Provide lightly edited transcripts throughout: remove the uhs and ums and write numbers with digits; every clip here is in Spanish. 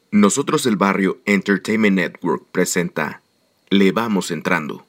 Nosotros el Barrio Entertainment Network presenta Le Vamos Entrando.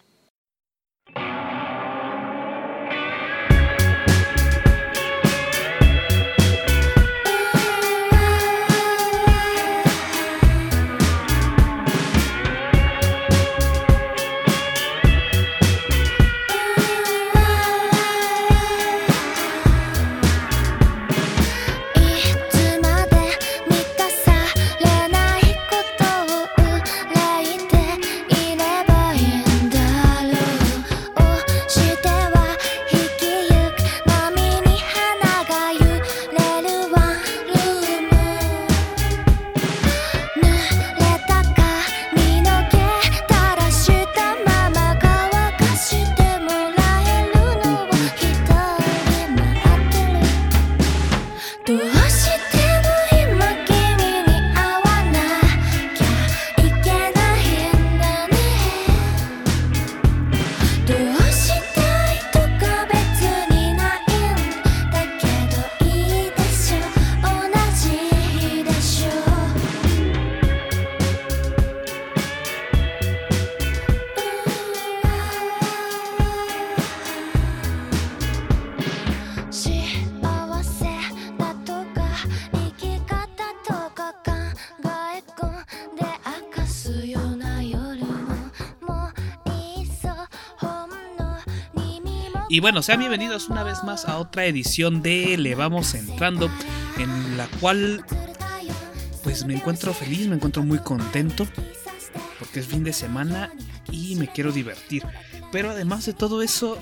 Y bueno, sean bienvenidos una vez más a otra edición de Le Vamos Entrando, en la cual pues me encuentro feliz, me encuentro muy contento, porque es fin de semana y me quiero divertir. Pero además de todo eso,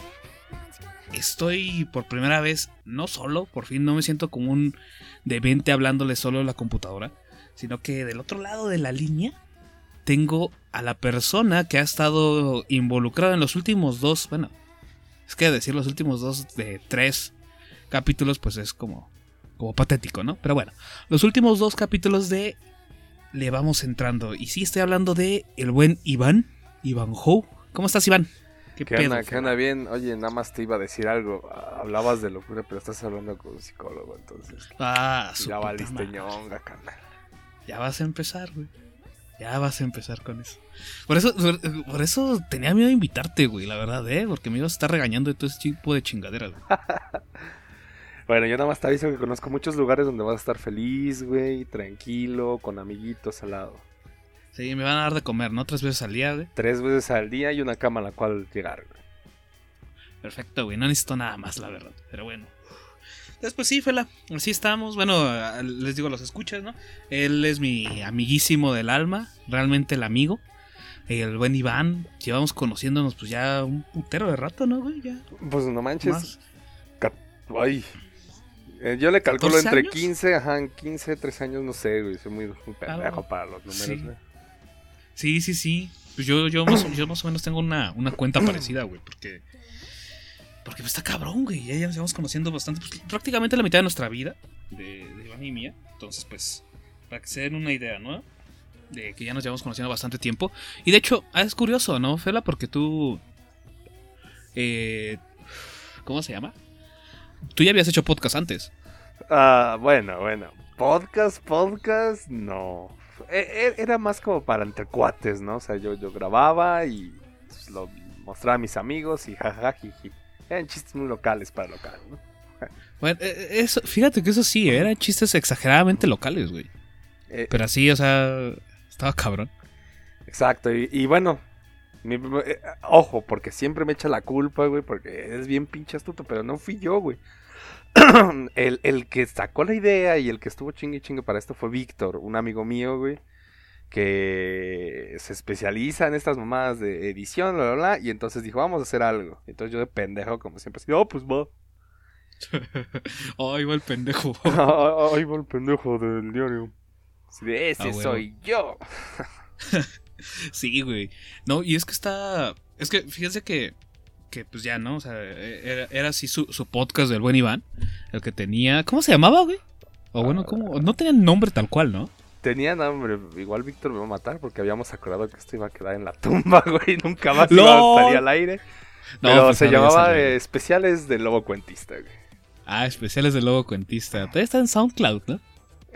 estoy por primera vez no solo, por fin no me siento como un demente hablándole solo a la computadora, sino que del otro lado de la línea tengo a la persona que ha estado involucrada en los últimos dos, bueno, es que decir los últimos 2 de 3 capítulos pues es como patético, ¿no? Pero bueno, los últimos 2 capítulos de Le Vamos Entrando. Y sí, estoy hablando de el buen Iván Ho. ¿Cómo estás, Iván? ¿Qué pedo? ¿Qué onda? Bien. Oye, nada más te iba a decir algo. Hablabas de locura, pero estás hablando con un psicólogo, entonces. Ya valiste ñonga, carnal. Ya vas a empezar, güey. Ya vas a empezar con eso. Por eso tenía miedo de invitarte, güey, la verdad, porque me ibas a estar regañando de todo ese tipo de chingaderas, güey. Bueno, yo nada más te aviso que conozco muchos lugares donde vas a estar feliz, güey, tranquilo, con amiguitos al lado. Sí, me van a dar de comer, ¿no? 3 veces al día, güey. 3 veces al día y una cama a la cual llegar, güey. Perfecto, güey, no necesito nada más, la verdad, pero bueno. Después sí, Fela, así estamos. Bueno, les digo, los escuchas, ¿no? Él es mi amiguísimo del alma, realmente el amigo. El buen Iván, llevamos conociéndonos pues ya un putero de rato, ¿no, güey? Ya. Pues no manches. Ay. Yo le calculo entre años? 15, 3 años, no sé, güey. Soy muy pendejo para los números, güey. Sí. Pues yo más o menos tengo una cuenta parecida, güey, porque pues está cabrón, güey. Ya nos llevamos conociendo bastante, pues, prácticamente la mitad de nuestra vida, de Iván y mía. Entonces, pues, para que se den una idea, ¿no? De que ya nos llevamos conociendo bastante tiempo. Y de hecho, es curioso, ¿no, Fela? Porque tú... ¿cómo se llama? Tú ya habías hecho podcast antes. Bueno. Podcast, no. Era más como para entre cuates, ¿no? O sea, yo grababa y pues, lo mostraba a mis amigos y jajajiji. Eran chistes muy locales para local, ¿no? Bueno, fíjate que eso sí, eran chistes exageradamente locales, güey. Pero así, o sea, estaba cabrón. Exacto, y bueno, ojo, porque siempre me echa la culpa, güey, porque es bien pinche astuto, pero no fui yo, güey. el que sacó la idea y el que estuvo chingue para esto fue Víctor, un amigo mío, güey, que se especializa en estas mamadas de edición, bla, bla, bla, y entonces dijo, vamos a hacer algo. Entonces yo de pendejo, como siempre, así, pues va. Ahí va el pendejo. Ahí va el pendejo del diario. Así de ese soy yo. Sí, güey. No, y es que es que fíjense que pues ya, ¿no? O sea, era así su podcast del buen Iván, el que tenía... ¿Cómo se llamaba, güey? O bueno, ¿cómo? No tenía nombre tal cual, ¿no? Tenía nombre, igual Víctor me va a matar porque habíamos acordado que esto iba a quedar en la tumba, güey, nunca más iba a salir al aire. No, pero pues se llamaba Especiales del Lobo Cuentista, güey. Especiales del Lobo Cuentista. Todavía está en SoundCloud, ¿no?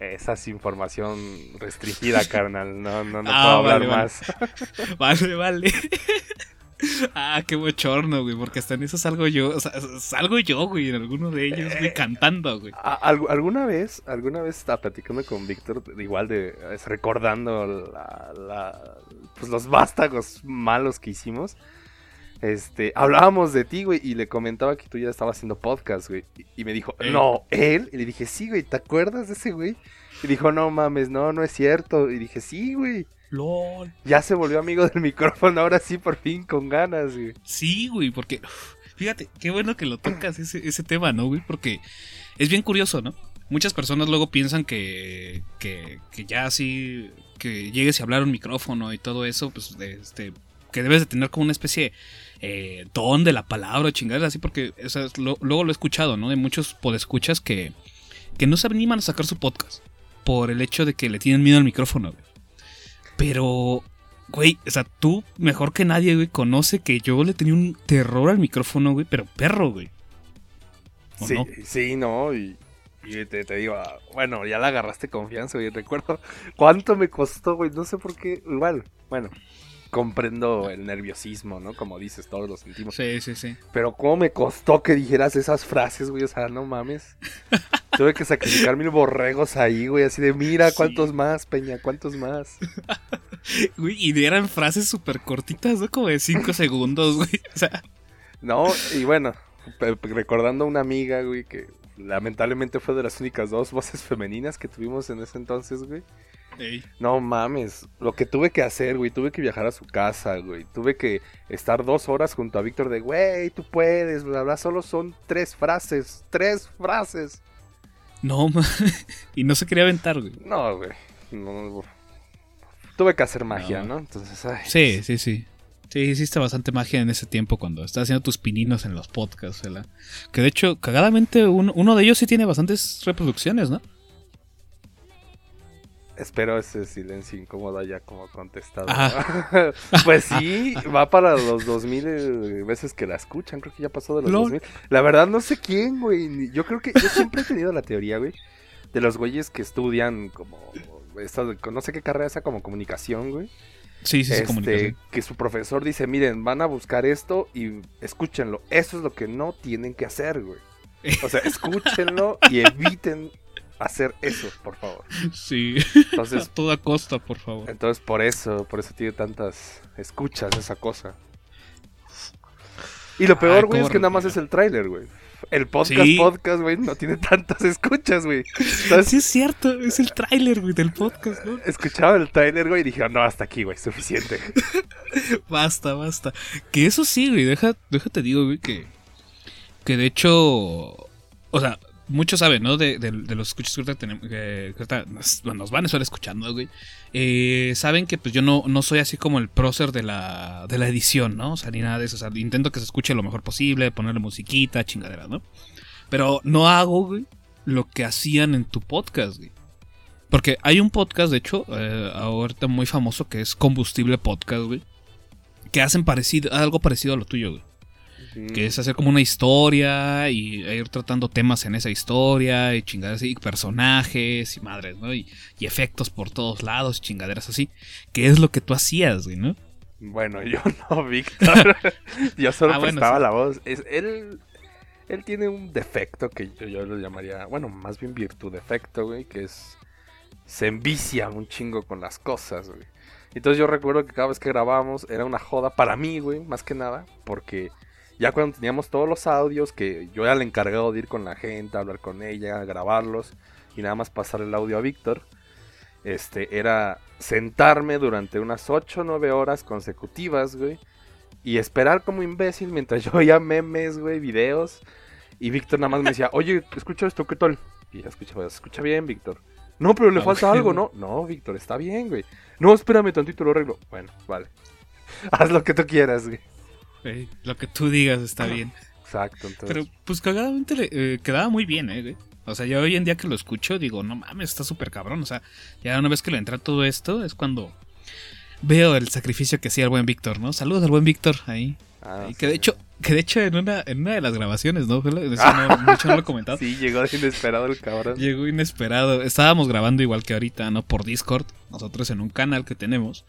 esa es información restringida, carnal. No puedo vale. hablar más. Vale. Ah, qué bochorno, güey, porque hasta en eso salgo yo, o sea, salgo yo, güey, en alguno de ellos, güey, cantando, güey. ¿Alguna vez estaba platicando con Víctor, igual recordando pues los vástagos malos que hicimos? Hablábamos de ti, güey, y le comentaba que tú ya estabas haciendo podcast, güey. Y me dijo, no, ¿él? Y le dije, sí, güey, ¿te acuerdas de ese güey? Y dijo, no mames, no es cierto. Y dije, sí, güey. LOL. Ya se volvió amigo del micrófono, ahora sí, por fin, con ganas, güey. Sí, güey, porque, fíjate, qué bueno que lo tocas ese tema, ¿no, güey? Porque es bien curioso, ¿no? Muchas personas luego piensan que ya así, que llegues y hablar a un micrófono y todo eso, pues, que debes de tener como una especie don de la palabra, chingadas así, porque o sea, luego lo he escuchado, ¿no? De muchos podescuchas que no se animan a sacar su podcast por el hecho de que le tienen miedo al micrófono, güey. Pero, güey, o sea, tú mejor que nadie, güey, conoce que yo le tenía un terror al micrófono, güey, pero perro, güey. Sí, no? Sí, no, y te digo, bueno, ya le agarraste confianza, güey. Recuerdo cuánto me costó, güey, no sé por qué, igual, bueno, comprendo el nerviosismo, ¿no? Como dices, todos lo sentimos. Sí. Pero cómo me costó que dijeras esas frases, güey, o sea, no mames. Tuve que sacrificar 1000 borregos ahí, güey, así de, mira, ¿cuántos más, Peña? ¿Cuántos más? Güey, y eran frases súper cortitas, ¿no? Como de 5 segundos, güey, o sea. No, y bueno, recordando a una amiga, güey, que lamentablemente fue de las únicas 2 voces femeninas que tuvimos en ese entonces, güey. Ey. No mames, lo que tuve que hacer, güey, tuve que viajar a su casa, güey, tuve que estar 2 horas junto a Víctor de, güey, tú puedes, bla, bla, solo son 3 frases. No, man. Y no se quería aventar, güey. No, güey, no, tuve que hacer magia, ¿no? Entonces, ay. Sí. Sí, hiciste bastante magia en ese tiempo cuando estabas haciendo tus pininos en los podcasts, ¿verdad? Que de hecho, cagadamente, uno de ellos sí tiene bastantes reproducciones, ¿no? Espero ese silencio incómodo haya como contestado. Ajá. Pues sí, va para los 2000 veces que la escuchan. Creo que ya pasó de los LOL. 2000. La verdad no sé quién, güey. Yo siempre he tenido la teoría, güey, de los güeyes que estudian como no sé qué carrera esa, como comunicación, güey. Sí, comunicación. Que su profesor dice, miren, van a buscar esto y escúchenlo. Eso es lo que no tienen que hacer, güey. O sea, escúchenlo y eviten hacer eso, por favor. Sí. Entonces, a toda costa, por favor. Entonces por eso tiene tantas escuchas esa cosa. Y lo peor, güey, es que nada más es el tráiler, güey. El podcast, güey, no tiene tantas escuchas, güey. Entonces, sí es cierto, es el tráiler, güey, del podcast, ¿no? Escuchaba el tráiler, güey, y dije, no, hasta aquí, güey, suficiente. Basta. Que eso sí, güey, déjate digo, güey, que de hecho, o sea, muchos saben, ¿no? De los escuchas que ahorita nos van a estar escuchando, güey. Saben que pues yo no soy así como el prócer de la edición, ¿no? O sea, ni nada de eso. O sea, intento que se escuche lo mejor posible, ponerle musiquita, chingaderas, ¿no? Pero no hago, güey, lo que hacían en tu podcast, güey. Porque hay un podcast, de hecho, ahorita muy famoso, que es Combustible Podcast, güey. Que hacen algo parecido a lo tuyo, güey. Que es hacer como una historia y ir tratando temas en esa historia y chingaderas así, y personajes y madres, ¿no? Y efectos por todos lados, chingaderas así. Que es lo que tú hacías, güey, ¿no? Bueno, yo no, Víctor. Yo solo prestaba sí. la voz. Él tiene un defecto que yo lo llamaría, bueno, más bien virtud defecto, güey, que es... Se envicia un chingo con las cosas, güey. Entonces yo recuerdo que cada vez que grabábamos era una joda para mí, güey, más que nada, porque... Ya cuando teníamos todos los audios, que yo era el encargado de ir con la gente, hablar con ella, grabarlos y nada más pasar el audio a Víctor, era sentarme durante unas 8 o 9 horas consecutivas, güey, y esperar como imbécil mientras yo veía memes, güey, videos, y Víctor nada más me decía, oye, escucha esto, ¿qué tal? Y ya escucha bien, Víctor. No, pero le falta algo, ¿no? No, Víctor, está bien, güey. No, espérame tantito, lo arreglo. Bueno, vale. Haz lo que tú quieras, güey. Lo que tú digas está bien. Exacto, entonces... Pero pues cagadamente quedaba muy bien, güey. O sea, yo hoy en día que lo escucho digo, no mames, está súper cabrón. O sea, ya una vez que le entra todo esto es cuando veo el sacrificio que hacía el buen Víctor, ¿no? Saludos al buen Víctor ahí. Sí. Que de hecho en una de las grabaciones, ¿no? Mucho no lo he comentado. Sí, llegó inesperado el cabrón. Llegó inesperado. Estábamos grabando igual que ahorita, ¿no? Por Discord, nosotros en un canal que tenemos.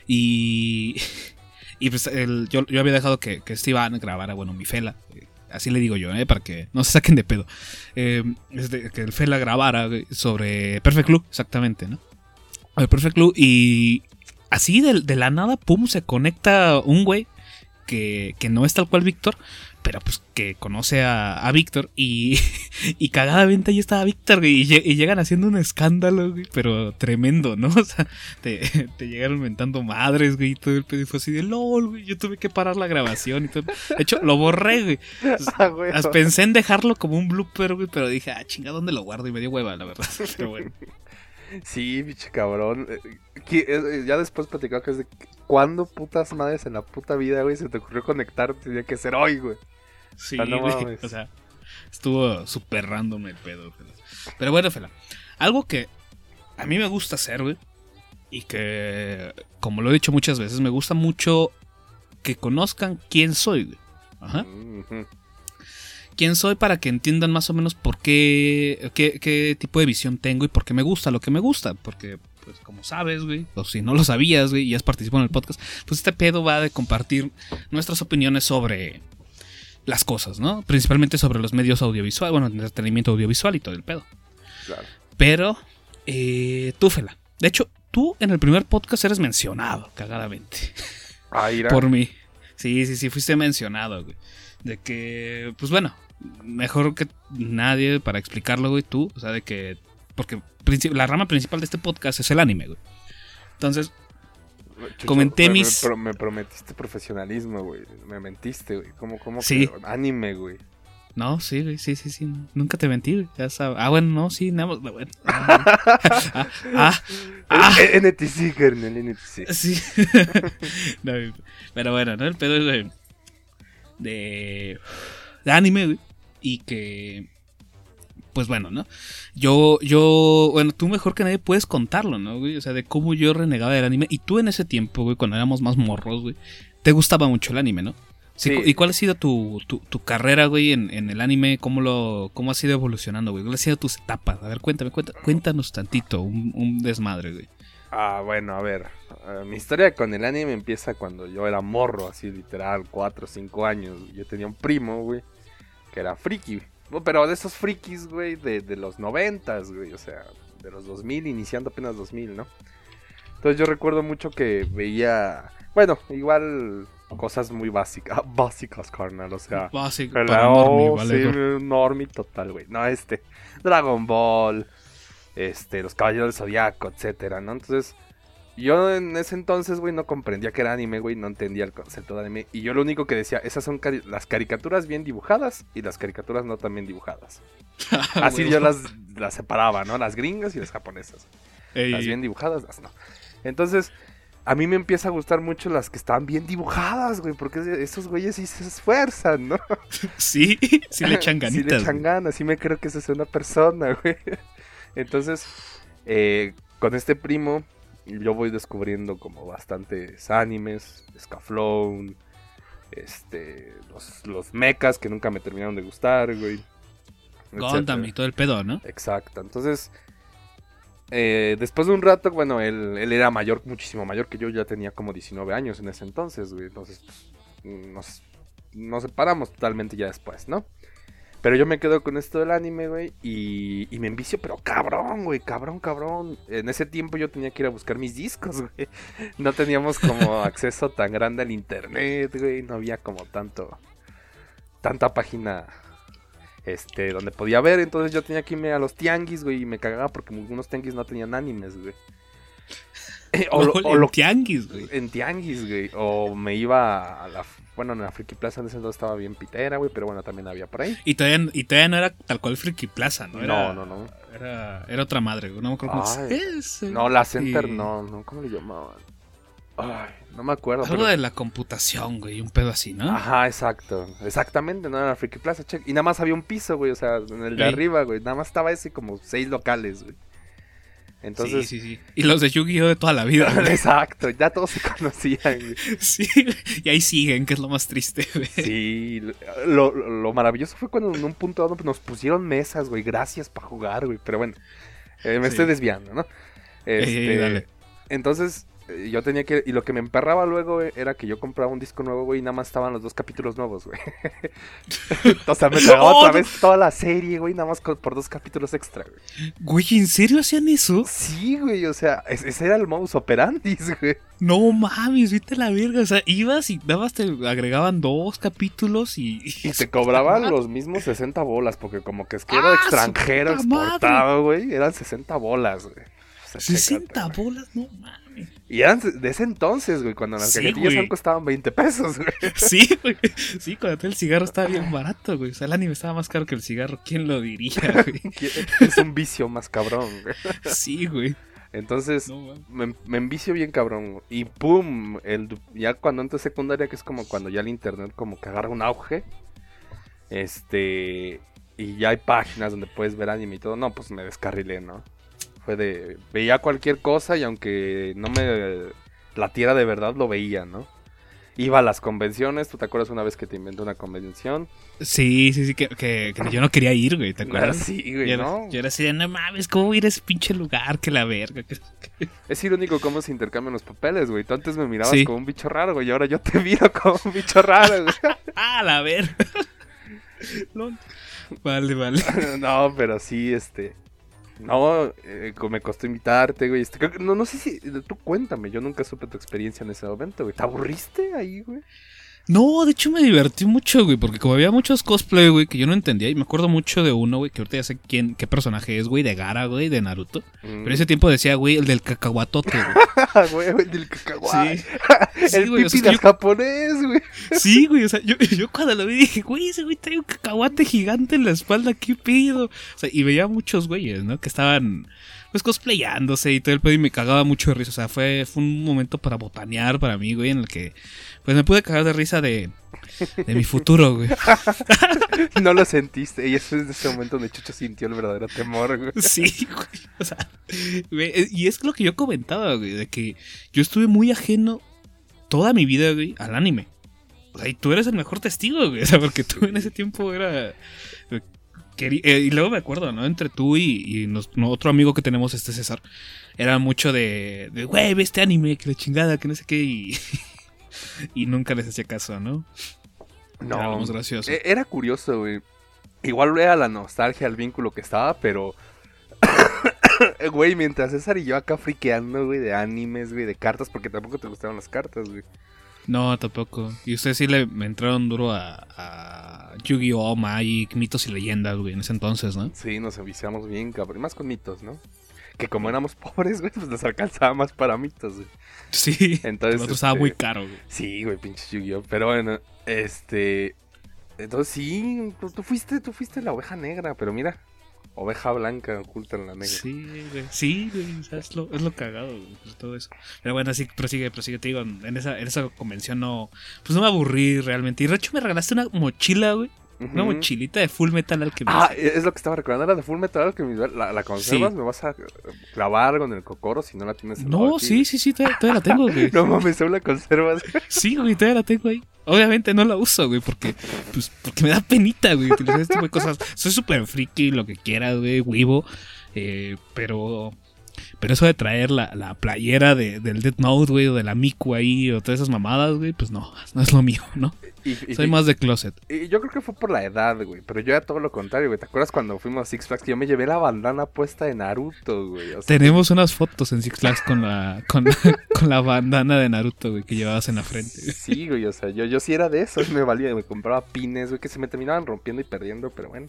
Y pues yo había dejado que Iván grabara, bueno, mi Fela. Así le digo yo, para que no se saquen de pedo. Que el Fela grabara sobre Perfect Blue, exactamente, ¿no? El Perfect Blue. Y así de la nada, pum, se conecta un güey que no es tal cual Víctor, pero pues que conoce a Víctor y cagadamente ahí estaba Víctor, güey, y llegan haciendo un escándalo, güey, pero tremendo, ¿no? O sea, te llegaron mentando madres, güey, y todo el pedo fue así de LOL, güey, yo tuve que parar la grabación y todo. De hecho, lo borré, güey. Pensé en dejarlo como un blooper, güey, pero dije, chinga, ¿dónde lo guardo? Y me dio hueva, la verdad, pero bueno. Sí, bicho cabrón. Ya después platicaba que es de cuándo putas madres en la puta vida, güey, se te ocurrió conectar, tenía que ser hoy, güey. Sí, o sea, estuvo súper random el pedo. Pero bueno, Fela, algo que a mí me gusta hacer, güey, y que, como lo he dicho muchas veces, me gusta mucho que conozcan quién soy, güey. Ajá. Uh-huh. Quién soy para que entiendan más o menos por qué tipo de visión tengo y por qué me gusta lo que me gusta. Porque, pues, como sabes, güey, o si no lo sabías, güey, y has participado en el podcast, pues este pedo va de compartir nuestras opiniones sobre las cosas, ¿no? Principalmente sobre los medios audiovisuales, bueno, entretenimiento audiovisual y todo el pedo. Claro. Pero, tú, Fela, de hecho, tú en el primer podcast eres mencionado, cagadamente. Por mí. Sí, fuiste mencionado, güey. De que, pues bueno, mejor que nadie para explicarlo, güey, tú. O sea, de que, porque la rama principal de este podcast es el anime, güey. Entonces, Chucho, comenté me prometiste profesionalismo, güey. Me mentiste, güey. ¿Cómo sí. Que anime, güey? No, sí, güey, sí. Nunca te mentí, güey. Ya sabes. Bueno, no, sí, nada más. Bueno. NTC, carnal, NTC. Sí. No, pero bueno, ¿no? El pedo es de anime, güey. Y que, pues bueno, ¿no? Yo, bueno, tú mejor que nadie puedes contarlo, ¿no, güey? O sea, de cómo yo renegaba del anime. Y tú en ese tiempo, güey, cuando éramos más morros, güey, te gustaba mucho el anime, ¿no? Sí. ¿Y cuál ha sido tu carrera, güey, en el anime? ¿Cómo has ido evolucionando, güey? ¿Cuáles han sido tus etapas? A ver, cuéntanos tantito, un desmadre, güey. Bueno, a ver, mi historia con el anime empieza cuando yo era morro, así literal, 4 o 5 años. Yo tenía un primo, güey, que era friki, pero de esos frikis, güey, de los 90s, güey, o sea, de los 2000, iniciando apenas 2000, ¿no? Entonces yo recuerdo mucho que veía, bueno, igual cosas muy básicas, carnal, o sea. Básico, para normie, vale. Sí, normie total, güey. No, Dragon Ball, los Caballeros del Zodiaco, etcétera, ¿no? Entonces, yo en ese entonces, güey, no comprendía que era anime, güey, no entendía el concepto de anime. Y yo lo único que decía, esas son las caricaturas bien dibujadas y las caricaturas no tan bien dibujadas. Así yo las separaba, ¿no? Las gringas y las japonesas. Las bien dibujadas, las no. Entonces, a mí me empieza a gustar mucho las que están bien dibujadas, güey, porque esos güeyes sí se esfuerzan, ¿no? Sí le echan ganitas. Sí le echan ganas, sí me creo que esa es una persona, güey. Entonces, con este primo, yo voy descubriendo como bastantes animes, Scaflón, los mechas que nunca me terminaron de gustar, güey. Gundam y todo el pedo, ¿no? Exacto, entonces, después de un rato, bueno, él era mayor, muchísimo mayor que yo, ya tenía como 19 años en ese entonces, güey. Entonces, pues, nos separamos totalmente ya después, ¿no? Pero yo me quedo con esto del anime, güey, y me envicio, pero cabrón, güey, cabrón. En ese tiempo yo tenía que ir a buscar mis discos, güey. No teníamos como acceso tan grande al internet, güey. No había como tanta página, donde podía ver. Entonces yo tenía que irme a los tianguis, güey, y me cagaba porque algunos tianguis no tenían animes, güey. En tianguis, güey. En tianguis, güey. O me iba a bueno, en la Friki Plaza en ese entonces estaba bien pitera, güey, pero bueno, también había por ahí. Y todavía no era tal cual Friki Plaza, ¿no? No. Era otra madre, güey. No me acuerdo cómo es. No, la Center, no, ¿cómo le llamaban? Ay, no me acuerdo. Algo de la computación, güey, un pedo así, ¿no? Ajá, exactamente, no era la Friki Plaza, check. Y nada más había un piso, güey, o sea, en el de arriba, güey, nada más estaba ese como 6 locales, güey. Entonces, Sí. Y los de Yu-Gi-Oh de toda la vida, güey. exacto, ya todos se conocían, güey. Sí, y ahí siguen, que es lo más triste, güey. Sí, lo maravilloso fue cuando en un punto dado nos pusieron mesas, güey, gracias para jugar, güey. Pero bueno, me estoy desviando, ¿no? Dale. Entonces, yo tenía que... Y lo que me emperraba luego, güey, era que yo compraba un disco nuevo, güey, y nada más estaban los 2 capítulos nuevos, güey. O sea, me tragaba otra vez toda la serie, güey, nada más por 2 capítulos extra, güey. Güey, ¿en serio hacían eso? Sí, güey, o sea, ese era el modus operandi, güey. No mames, viste la verga. O sea, ibas y te agregaban 2 capítulos y te cobraban los mismos 60 bolas, porque como que es que era extranjero, su puta exportado, güey, eran 60 bolas, güey. O sea, 60 chécate, güey. bolas, no mames. Y eran de ese entonces, güey, cuando las cajetillas aún costaban 20 pesos, güey. Sí, güey. Sí, cuando el cigarro estaba bien barato, güey. O sea, el anime estaba más caro que el cigarro. ¿Quién lo diría, güey? Es un vicio más cabrón, güey. Sí, güey. Entonces, No, me envicio bien cabrón, güey. Y pum, ya cuando entro a secundaria, que es como cuando ya el internet como que agarra un auge. Y ya hay páginas donde puedes ver anime y todo. No, pues me descarrilé, ¿no? Veía cualquier cosa y aunque no me latiera de verdad, lo veía, ¿no? Iba a las convenciones, ¿tú te acuerdas una vez que te inventé una convención? Sí, que yo no quería ir, güey, ¿te acuerdas? Sí, güey, ¿no? Yo era así de, no mames, ¿cómo voy a ir a ese pinche lugar? Que la verga. Es irónico cómo se intercambian los papeles, güey. Tú antes me mirabas Sí. como un bicho raro, güey, y ahora yo te miro como un bicho raro, güey. Ah, la verga. Vale. No, pero sí, No, me costó invitarte, güey. No sé si... Tú cuéntame, yo nunca supe tu experiencia en ese momento, güey. ¿Te aburriste ahí, güey? No, de hecho me divertí mucho, güey, porque como había muchos cosplay, güey, que yo no entendía, y me acuerdo mucho de uno, güey, que ahorita ya sé qué personaje es, güey, de Gaara, güey, de Naruto. Pero ese tiempo decía, güey, el del cacahuatote, güey. Güey, el del cacahuate. Sí. El güey, pipi del japonés, güey. Sí, güey, o sea, yo cuando lo vi dije, güey, ese güey trae un cacahuate gigante en la espalda, ¿qué pido? O sea, y veía muchos güeyes, ¿no? Que estaban, pues, cosplayándose y todo el pedo y me cagaba mucho de risa. O sea, fue un momento para botanear para mí, güey, en el que, pues, me pude cagar de risa de mi futuro, güey. No lo sentiste. Y eso es de ese momento donde Chucho sintió el verdadero temor, güey. Sí, güey. O sea, güey, y es lo que yo comentaba, güey, de que yo estuve muy ajeno toda mi vida, güey, al anime. O sea, y tú eres el mejor testigo, güey. O sea, porque tú en ese tiempo era... y luego me acuerdo, ¿no? Entre tú y otro amigo que tenemos, César, era mucho de güey, ve este anime, que la chingada, que no sé qué, y nunca les hacía caso, ¿no? No, era más gracioso. Era curioso, güey. Igual era la nostalgia, el vínculo que estaba, pero... Güey, mientras César y yo acá friqueando, güey, de animes, güey, de cartas, porque tampoco te gustaban las cartas, güey. No, tampoco. Y ustedes sí me entraron duro a Yu-Gi-Oh, Magic, mitos y leyendas, güey, en ese entonces, ¿no? Sí, nos enviciamos bien, cabrón. Más con mitos, ¿no? Que como éramos pobres, güey, pues nos alcanzaba más para mitos, güey. Sí, entonces, el otro estaba muy caro, güey. Sí, güey, pinche Yu-Gi-Oh. Pero bueno, entonces sí, tú fuiste la oveja negra, pero mira, oveja blanca oculta en la negra. Sí, güey, o sea, es lo cagado, güey, pues, todo eso. Pero bueno, sí, prosigue, te digo, en esa convención no me aburrí realmente. Y de hecho me regalaste una mochila, güey. Una mochilita de Full Metal Alchemist. Es lo que estaba recordando, era de Full Metal Alchemist. ¿La conservas? Sí. ¿Me vas a clavar con el cocoro si no la tienes en No, sí, todavía la tengo, güey. No mames, ¿aún la conservas? Sí, güey, todavía la tengo ahí. Obviamente no la uso, güey, porque me da penita, güey, utilizar este tipo de cosas. Soy súper friki, lo que quieras, güey, wibo. Pero eso de traer la playera del Death Note, güey, o de la Miku ahí, o todas esas mamadas, güey, pues no es lo mío, ¿no? Soy más de closet. Y yo creo que fue por la edad, güey, pero yo era todo lo contrario, güey. ¿Te acuerdas cuando fuimos a Six Flags que yo me llevé la bandana puesta de Naruto, güey? O sea, tenemos unas fotos en Six Flags con la bandana de Naruto, güey, que llevabas en la frente. Sí, güey, o sea, yo sí era de eso, me valía, me compraba pines, güey, que se me terminaban rompiendo y perdiendo, pero bueno.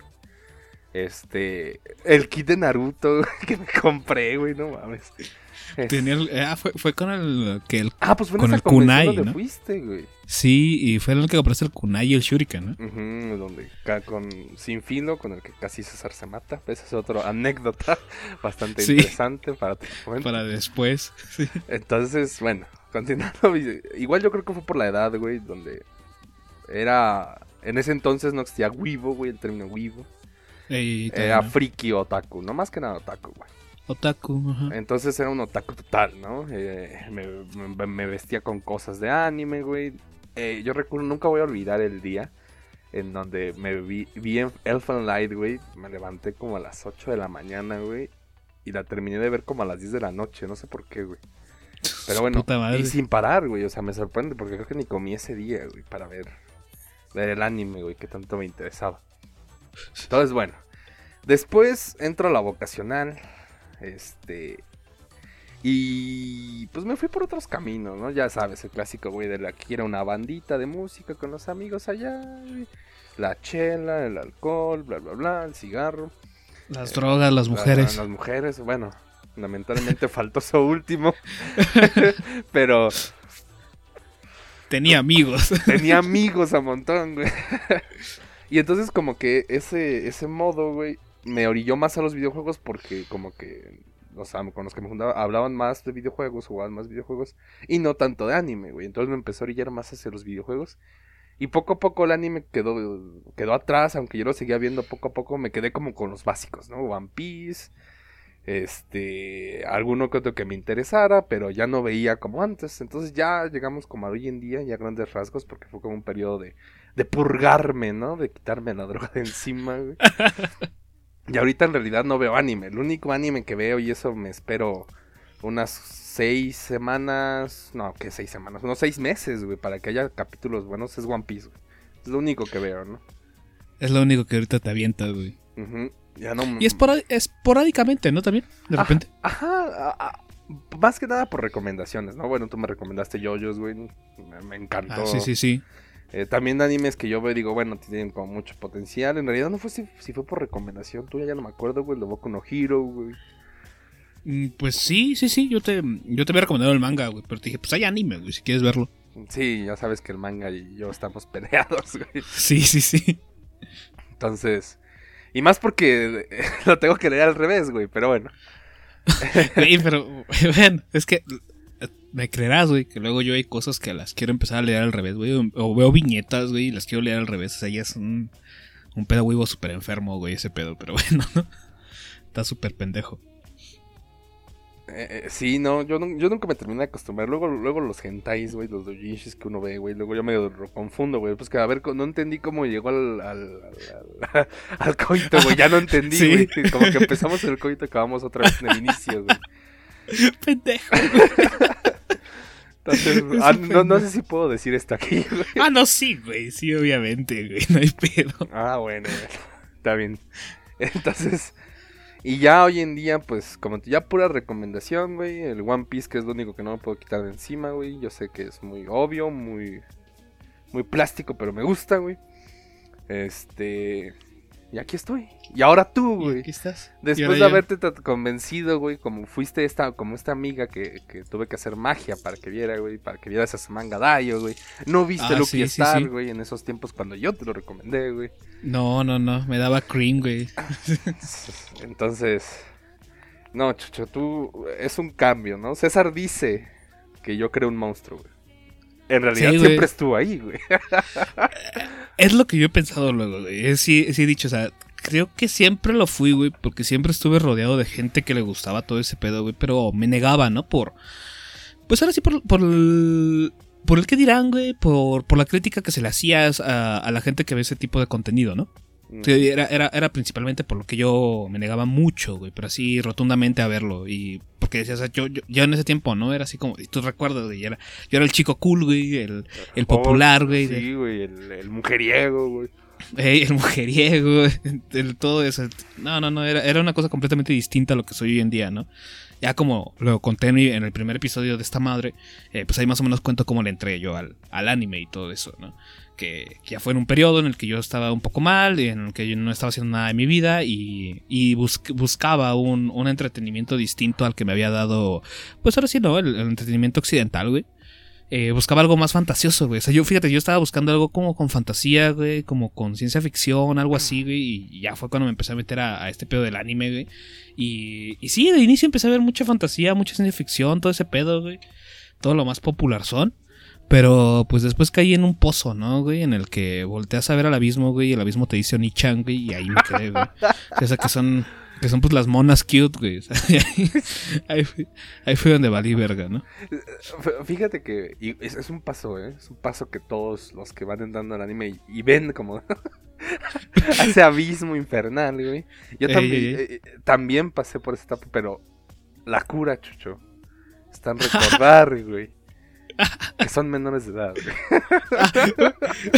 El kit de Naruto que me compré, güey, no mames. Fue con el pues fue con en esa el kunai, donde ¿no? fuiste, güey. Sí, y fue el que compraste el kunai y el shuriken, ¿no? Donde sin filo, con el que casi César se mata. Esa es otra anécdota bastante interesante para tu momento. Para después. Sí. Entonces, bueno, continuando. Igual yo creo que fue por la edad, güey, donde en ese entonces no existía wibo, güey, el término wibo. Era friki otaku, no más que nada otaku, güey. Otaku, ajá. Entonces era un otaku total, ¿no? Me vestía con cosas de anime, güey. Yo recuerdo, nunca voy a olvidar el día en donde me vi en Elfen Light, güey. Me levanté como a las 8 de la mañana, güey. Y la terminé de ver como a las 10 de la noche, no sé por qué, güey. Pero bueno, y sin parar, güey. O sea, me sorprende porque creo que ni comí ese día, güey, para ver el anime, güey, que tanto me interesaba. Entonces, bueno. Después entro a la vocacional. Y pues me fui por otros caminos, ¿no? Ya sabes, el clásico, güey, de la que era una bandita de música con los amigos allá, güey. La chela, el alcohol, bla, bla, bla, el cigarro. Las drogas, las mujeres. Las mujeres, bueno, lamentablemente faltó eso último. Pero tenía amigos. Tenía amigos a montón, güey. Y entonces como que ese modo, güey, me orilló más a los videojuegos porque como que, o sea, con los que me juntaba hablaban más de videojuegos, jugaban más videojuegos y no tanto de anime, güey. Entonces me empezó a orillar más hacia los videojuegos. Y poco a poco el anime quedó atrás, aunque yo lo seguía viendo poco a poco, me quedé como con los básicos, ¿no? One Piece, alguno que otro que me interesara, pero ya no veía como antes. Entonces ya llegamos como a hoy en día, ya a grandes rasgos, porque fue como un periodo de purgarme, ¿no? De quitarme la droga de encima, güey. Y ahorita en realidad no veo anime. El único anime que veo, y eso me espero unas 6 semanas... No, ¿qué 6 semanas? Unos 6 meses, güey, para que haya capítulos buenos, es One Piece, güey. Es lo único que veo, ¿no? Es lo único que ahorita te avientas, güey. Uh-huh. Ya no... Y esporádicamente, ¿no? También, de repente. Ajá, más que nada por recomendaciones, ¿no? Bueno, tú me recomendaste JoJo's, güey. Me encantó. Ah, sí. También animes que yo veo y digo, bueno, tienen como mucho potencial. En realidad no fue si fue por recomendación tuya, ya no me acuerdo, güey. Lo Boku no Hero, güey. Pues sí. Yo te había recomendado el manga, güey. Pero te dije, pues hay anime, güey, si quieres verlo. Sí, ya sabes que el manga y yo estamos peleados, güey. Sí. Entonces... Y más porque lo tengo que leer al revés, güey, pero bueno. Güey, pero, bueno, es que... Me creerás, güey, que luego yo hay cosas que las quiero empezar a leer al revés, güey. O veo viñetas, güey, y las quiero leer al revés. O sea, ya es un pedo huevo súper enfermo, güey, ese pedo. Pero bueno, ¿no? Está súper pendejo. Sí, no, yo nunca me terminé de acostumbrar. Luego los hentais, güey, los doujinshis que uno ve, güey. Luego yo me confundo, güey. Pues que a ver, no entendí cómo llegó al coito, güey. Ya no entendí, güey. Sí. Como que empezamos el coito y acabamos otra vez en el inicio, güey. Pendejo. Entonces, no sé si puedo decir esto aquí, güey. No, sí, güey. Sí, obviamente, güey. No hay pedo. Bueno. Está bien. Entonces, y ya hoy en día, pues, como ya pura recomendación, güey. El One Piece, que es lo único que no me puedo quitar de encima, güey. Yo sé que es muy obvio, muy plástico, pero me gusta, güey. Y aquí estoy. Y ahora tú, güey. Aquí estás. Después de haberte convencido, güey, como fuiste esta amiga que tuve que hacer magia para que viera, güey, para que vieras ese manga Daio, güey. No viste Lucky Star, güey, en esos tiempos cuando yo te lo recomendé, güey. No, me daba cream, güey. Entonces, no, Chucho, tú, es un cambio, ¿no? César dice que yo creo un monstruo, güey. En realidad siempre estuvo ahí, güey. Es lo que yo he pensado luego, güey. Sí he dicho, o sea, creo que siempre lo fui, güey, porque siempre estuve rodeado de gente que le gustaba todo ese pedo, güey, pero me negaba, ¿no? Pues ahora sí, por el que dirán, güey, por la crítica que se le hacía a la gente que ve ese tipo de contenido, ¿no? Sí, era principalmente por lo que yo me negaba mucho, güey, pero así rotundamente a verlo. Y porque decías, o sea, yo en ese tiempo, ¿no? Era así como, y tú recuerdas, güey, yo era el chico cool, güey, el popular, güey. Sí, güey, el mujeriego, güey. El mujeriego, todo eso. No, era una cosa completamente distinta a lo que soy hoy en día, ¿no? Ya como lo conté en el primer episodio de esta madre, pues ahí más o menos cuento cómo le entré yo al anime y todo eso, ¿no? Que ya fue en un periodo en el que yo estaba un poco mal, en el que yo no estaba haciendo nada de mi vida y buscaba un entretenimiento distinto al que me había dado, pues ahora sí, ¿no? El entretenimiento occidental, güey. Buscaba algo más fantasioso, güey. O sea, yo estaba buscando algo como con fantasía, güey, como con ciencia ficción, algo así, güey. Y ya fue cuando me empecé a meter a este pedo del anime, güey. Y sí, de inicio empecé a ver mucha fantasía, mucha ciencia ficción, todo ese pedo, güey. Todo lo más popular son. Pero pues después caí en un pozo, ¿no, güey? En el que volteas a ver al abismo, güey, y el abismo te dice Oni-chan, güey, y ahí me quedé, güey. O sea, que Que son pues las monas cute, güey. O sea, ahí fue donde valí verga, ¿no? Fíjate que es un paso, ¿eh? Es un paso que todos los que van entrando al anime y ven como a ese abismo infernal, güey. Yo también pasé por esa etapa, pero la cura, Chucho, está en recordar, güey, que son menores de edad, güey.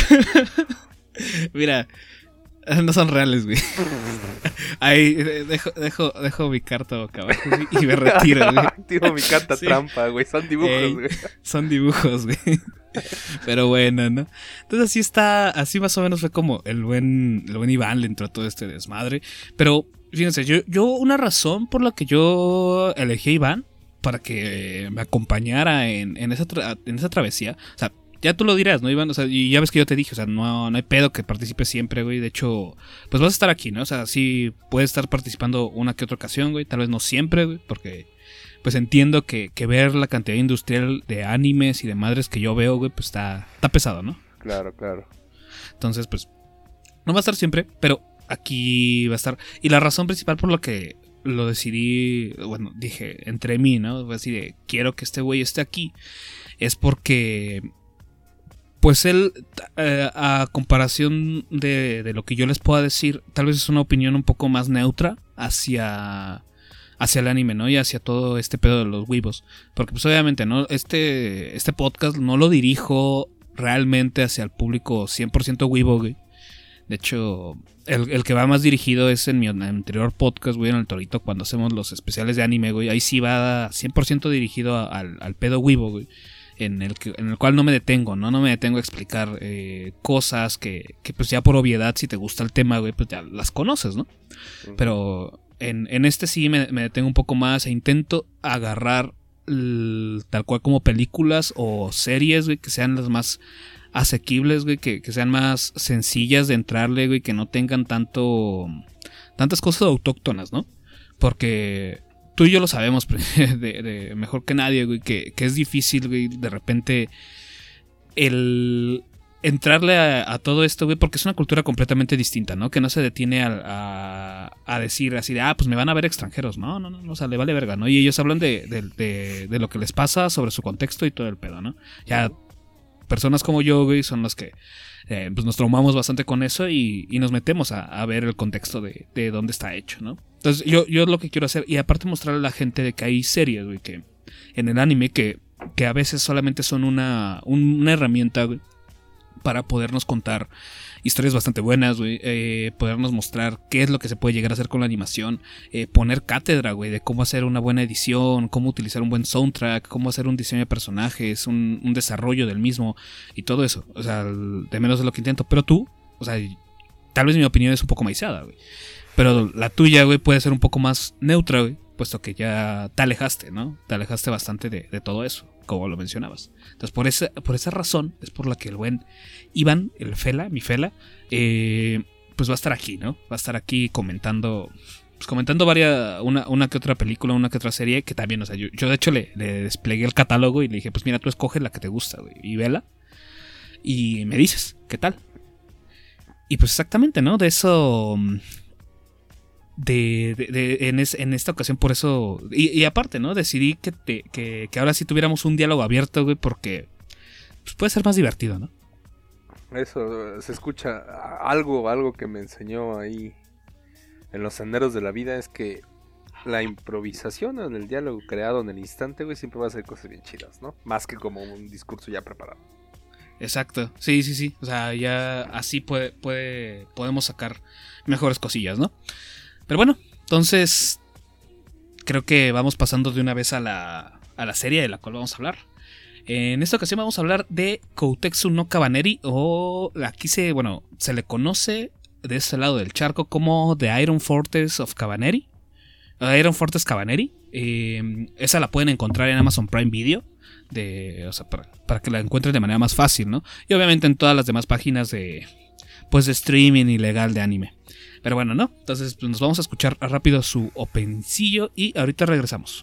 Mira, no son reales, güey. Ahí dejo mi carta boca abajo y me retiro, güey. Activo mi carta trampa, güey. Son dibujos, güey. Son dibujos, güey. Pero bueno, ¿no? Entonces así más o menos fue como el buen Iván le entró a todo este desmadre. Pero, fíjense, yo una razón por la que yo elegí a Iván para que me acompañara en esa travesía, o sea, ya tú lo dirás, ¿no, Iván? O sea, y ya ves que yo te dije, o sea, no hay pedo que participes siempre, güey. De hecho, pues vas a estar aquí, ¿no? O sea, sí puedes estar participando una que otra ocasión, güey. Tal vez no siempre, güey, porque pues entiendo que ver la cantidad industrial de animes y de madres que yo veo, güey, pues está pesado, ¿no? Claro. Entonces, pues, no va a estar siempre, pero aquí va a estar. Y la razón principal por la que lo decidí, bueno, dije, entre mí, ¿no? Así de, quiero que este güey esté aquí, es porque... Pues él, a comparación de lo que yo les pueda decir, tal vez es una opinión un poco más neutra hacia el anime, ¿no? Y hacia todo este pedo de los weebos. Porque pues obviamente, ¿no? Este podcast no lo dirijo realmente hacia el público 100% weebo, güey. De hecho, el que va más dirigido es en mi anterior podcast, güey, en el Torito, cuando hacemos los especiales de anime, güey. Ahí sí va 100% dirigido al pedo weebo, güey. En el cual no me detengo, ¿no? No me detengo a explicar cosas que pues ya por obviedad, si te gusta el tema, güey, pues ya las conoces, ¿no? Pero en este sí me detengo un poco más e intento agarrar tal cual como películas o series, güey, que sean las más asequibles, güey, que sean más sencillas de entrarle, güey, que no tengan tantas cosas autóctonas, ¿no? Porque... Tú y yo lo sabemos de mejor que nadie, güey, que es difícil, güey, de repente el entrarle a todo esto, güey, porque es una cultura completamente distinta, ¿no? Que no se detiene a decir así de, pues me van a ver extranjeros. No, o sea, le vale verga, ¿no? Y ellos hablan de lo que les pasa sobre su contexto y todo el pedo, ¿no? Ya personas como yo, güey, son las que pues nos traumamos bastante con eso y nos metemos a ver el contexto de dónde está hecho, ¿no? Entonces yo lo que quiero hacer, y aparte mostrarle a la gente de que hay series, güey, que en el anime que a veces solamente son una herramienta, güey, para podernos contar historias bastante buenas, güey, podernos mostrar qué es lo que se puede llegar a hacer con la animación, poner cátedra, güey, de cómo hacer una buena edición, cómo utilizar un buen soundtrack, cómo hacer un diseño de personajes, un desarrollo del mismo y todo eso, o sea, de menos de lo que intento, pero tú, o sea, tal vez mi opinión es un poco maizada, güey, pero la tuya, güey, puede ser un poco más neutra, güey, puesto que ya te alejaste, ¿no? Te alejaste bastante de todo eso, como lo mencionabas. Entonces, por esa razón, es por la que el buen Iván, mi Fela, pues va a estar aquí, ¿no? Va a estar aquí comentando una que otra película, una que otra serie, que también, o sea, yo de hecho le desplegué el catálogo y le dije, pues mira, tú escoge la que te gusta, güey, y vela, y me dices, ¿qué tal? Y pues exactamente, ¿no? De eso... en esta ocasión, por eso. Y aparte, ¿no? Decidí que ahora sí tuviéramos un diálogo abierto, güey, porque pues puede ser más divertido, ¿no? Eso, se escucha algo que me enseñó ahí en los senderos de la vida, es que la improvisación en el diálogo creado en el instante, güey, siempre va a ser cosas bien chidas, ¿no? Más que como un discurso ya preparado. Exacto, sí. O sea, ya así podemos sacar mejores cosillas, ¿no? Pero bueno, entonces creo que vamos pasando de una vez a la serie de la cual vamos a hablar. En esta ocasión vamos a hablar de Koutetsu no Kabaneri, o aquí se le conoce de este lado del charco como The Iron Fortress of Kabaneri. Iron Fortress Kabaneri. Esa la pueden encontrar en Amazon Prime Video. O sea, para que la encuentren de manera más fácil, ¿no? Y obviamente en todas las demás páginas de streaming ilegal de anime. Pero bueno, ¿no? Entonces pues, nos vamos a escuchar rápido su opencillo y ahorita regresamos.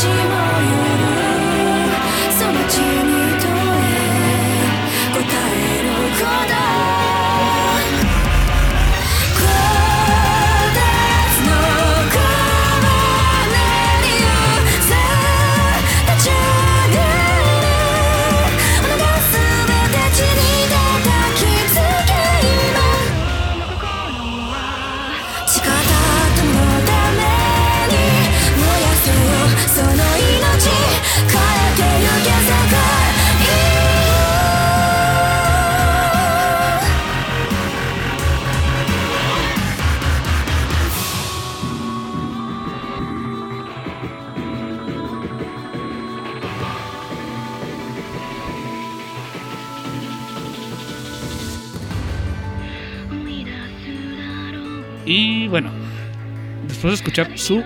Y bueno, después de escuchar su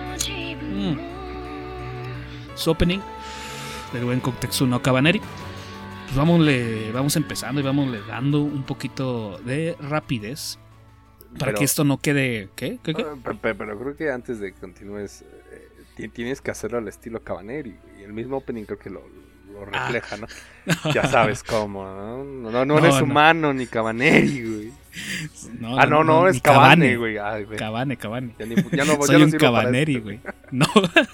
opening del buen Kotetsu no Kabaneri, pues vamos empezando y vamos dando un poquito de rapidez para que esto no quede... ¿Qué? Pero creo que antes de que continúes, tienes que hacerlo al estilo Kabaneri. Y el mismo opening creo que lo refleja, ¿no? Ya sabes cómo, ¿no? No eres humano ni Cabaneri, güey. No, es Cabane, güey. Cabane. Ya no soy un sirvo Cabaneri, güey. No.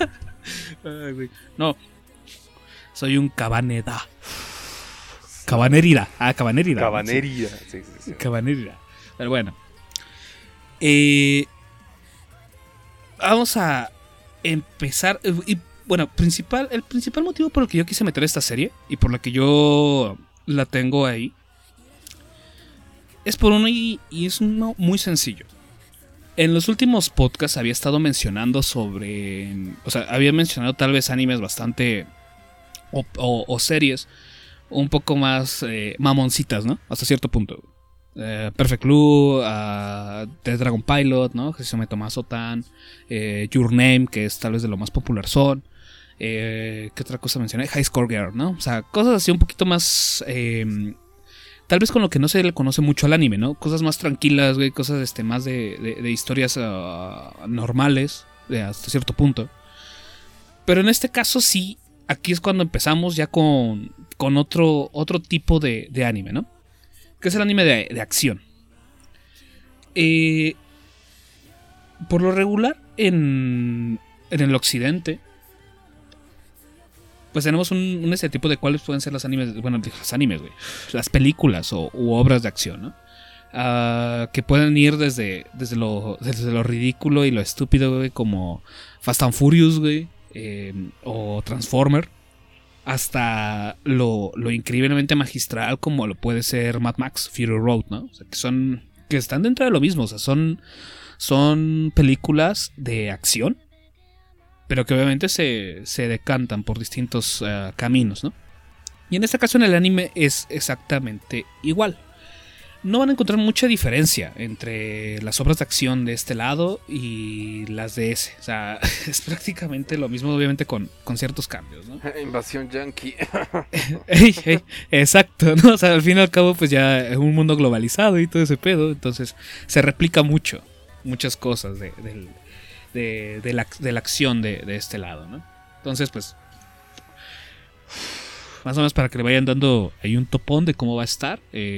No. Soy un Cabaneda. Cabanerida. Cabanerida. Sí. Cabanerida. Pero bueno. Vamos a empezar. Bueno, el principal motivo por el que yo quise meter esta serie y por la que yo la tengo ahí es por uno y es uno muy sencillo. En los últimos podcasts había estado mencionando había mencionado tal vez animes bastante o series un poco más mamoncitas, ¿no? Hasta cierto punto. Perfect Blue, The Dragon Pilot, ¿no? Hajime Tomaso Tan, Your Name, que es tal vez de lo más popular son. ¿Qué otra cosa mencioné? High Score Girl, ¿no? O sea, cosas así un poquito más... tal vez con lo que no se le conoce mucho al anime, ¿no? Cosas más tranquilas, güey. Cosas más de historias normales, hasta cierto punto. Pero en este caso sí, aquí es cuando empezamos ya con otro tipo de anime, ¿no? Que es el anime de acción. Por lo regular, en el occidente, pues tenemos un estereotipo de cuáles pueden ser los animes, güey. Las películas u obras de acción, ¿no? Que pueden ir desde lo ridículo y lo estúpido, güey, como Fast and Furious, güey, o Transformer, hasta lo increíblemente magistral como lo puede ser Mad Max, Fury Road, ¿no? O sea, que están dentro de lo mismo, o sea, son películas de acción, pero que obviamente se decantan por distintos caminos, ¿no? Y en este caso en el anime es exactamente igual. No van a encontrar mucha diferencia entre las obras de acción de este lado y las de ese. O sea, es prácticamente lo mismo, obviamente con ciertos cambios, ¿no? Invasión yankee. Exacto, ¿no? O sea, al fin y al cabo, pues ya es un mundo globalizado y todo ese pedo. Entonces, se replica muchas cosas de la acción de este lado, ¿no? Entonces, pues, más o menos para que le vayan dando ahí un topón de cómo va a estar.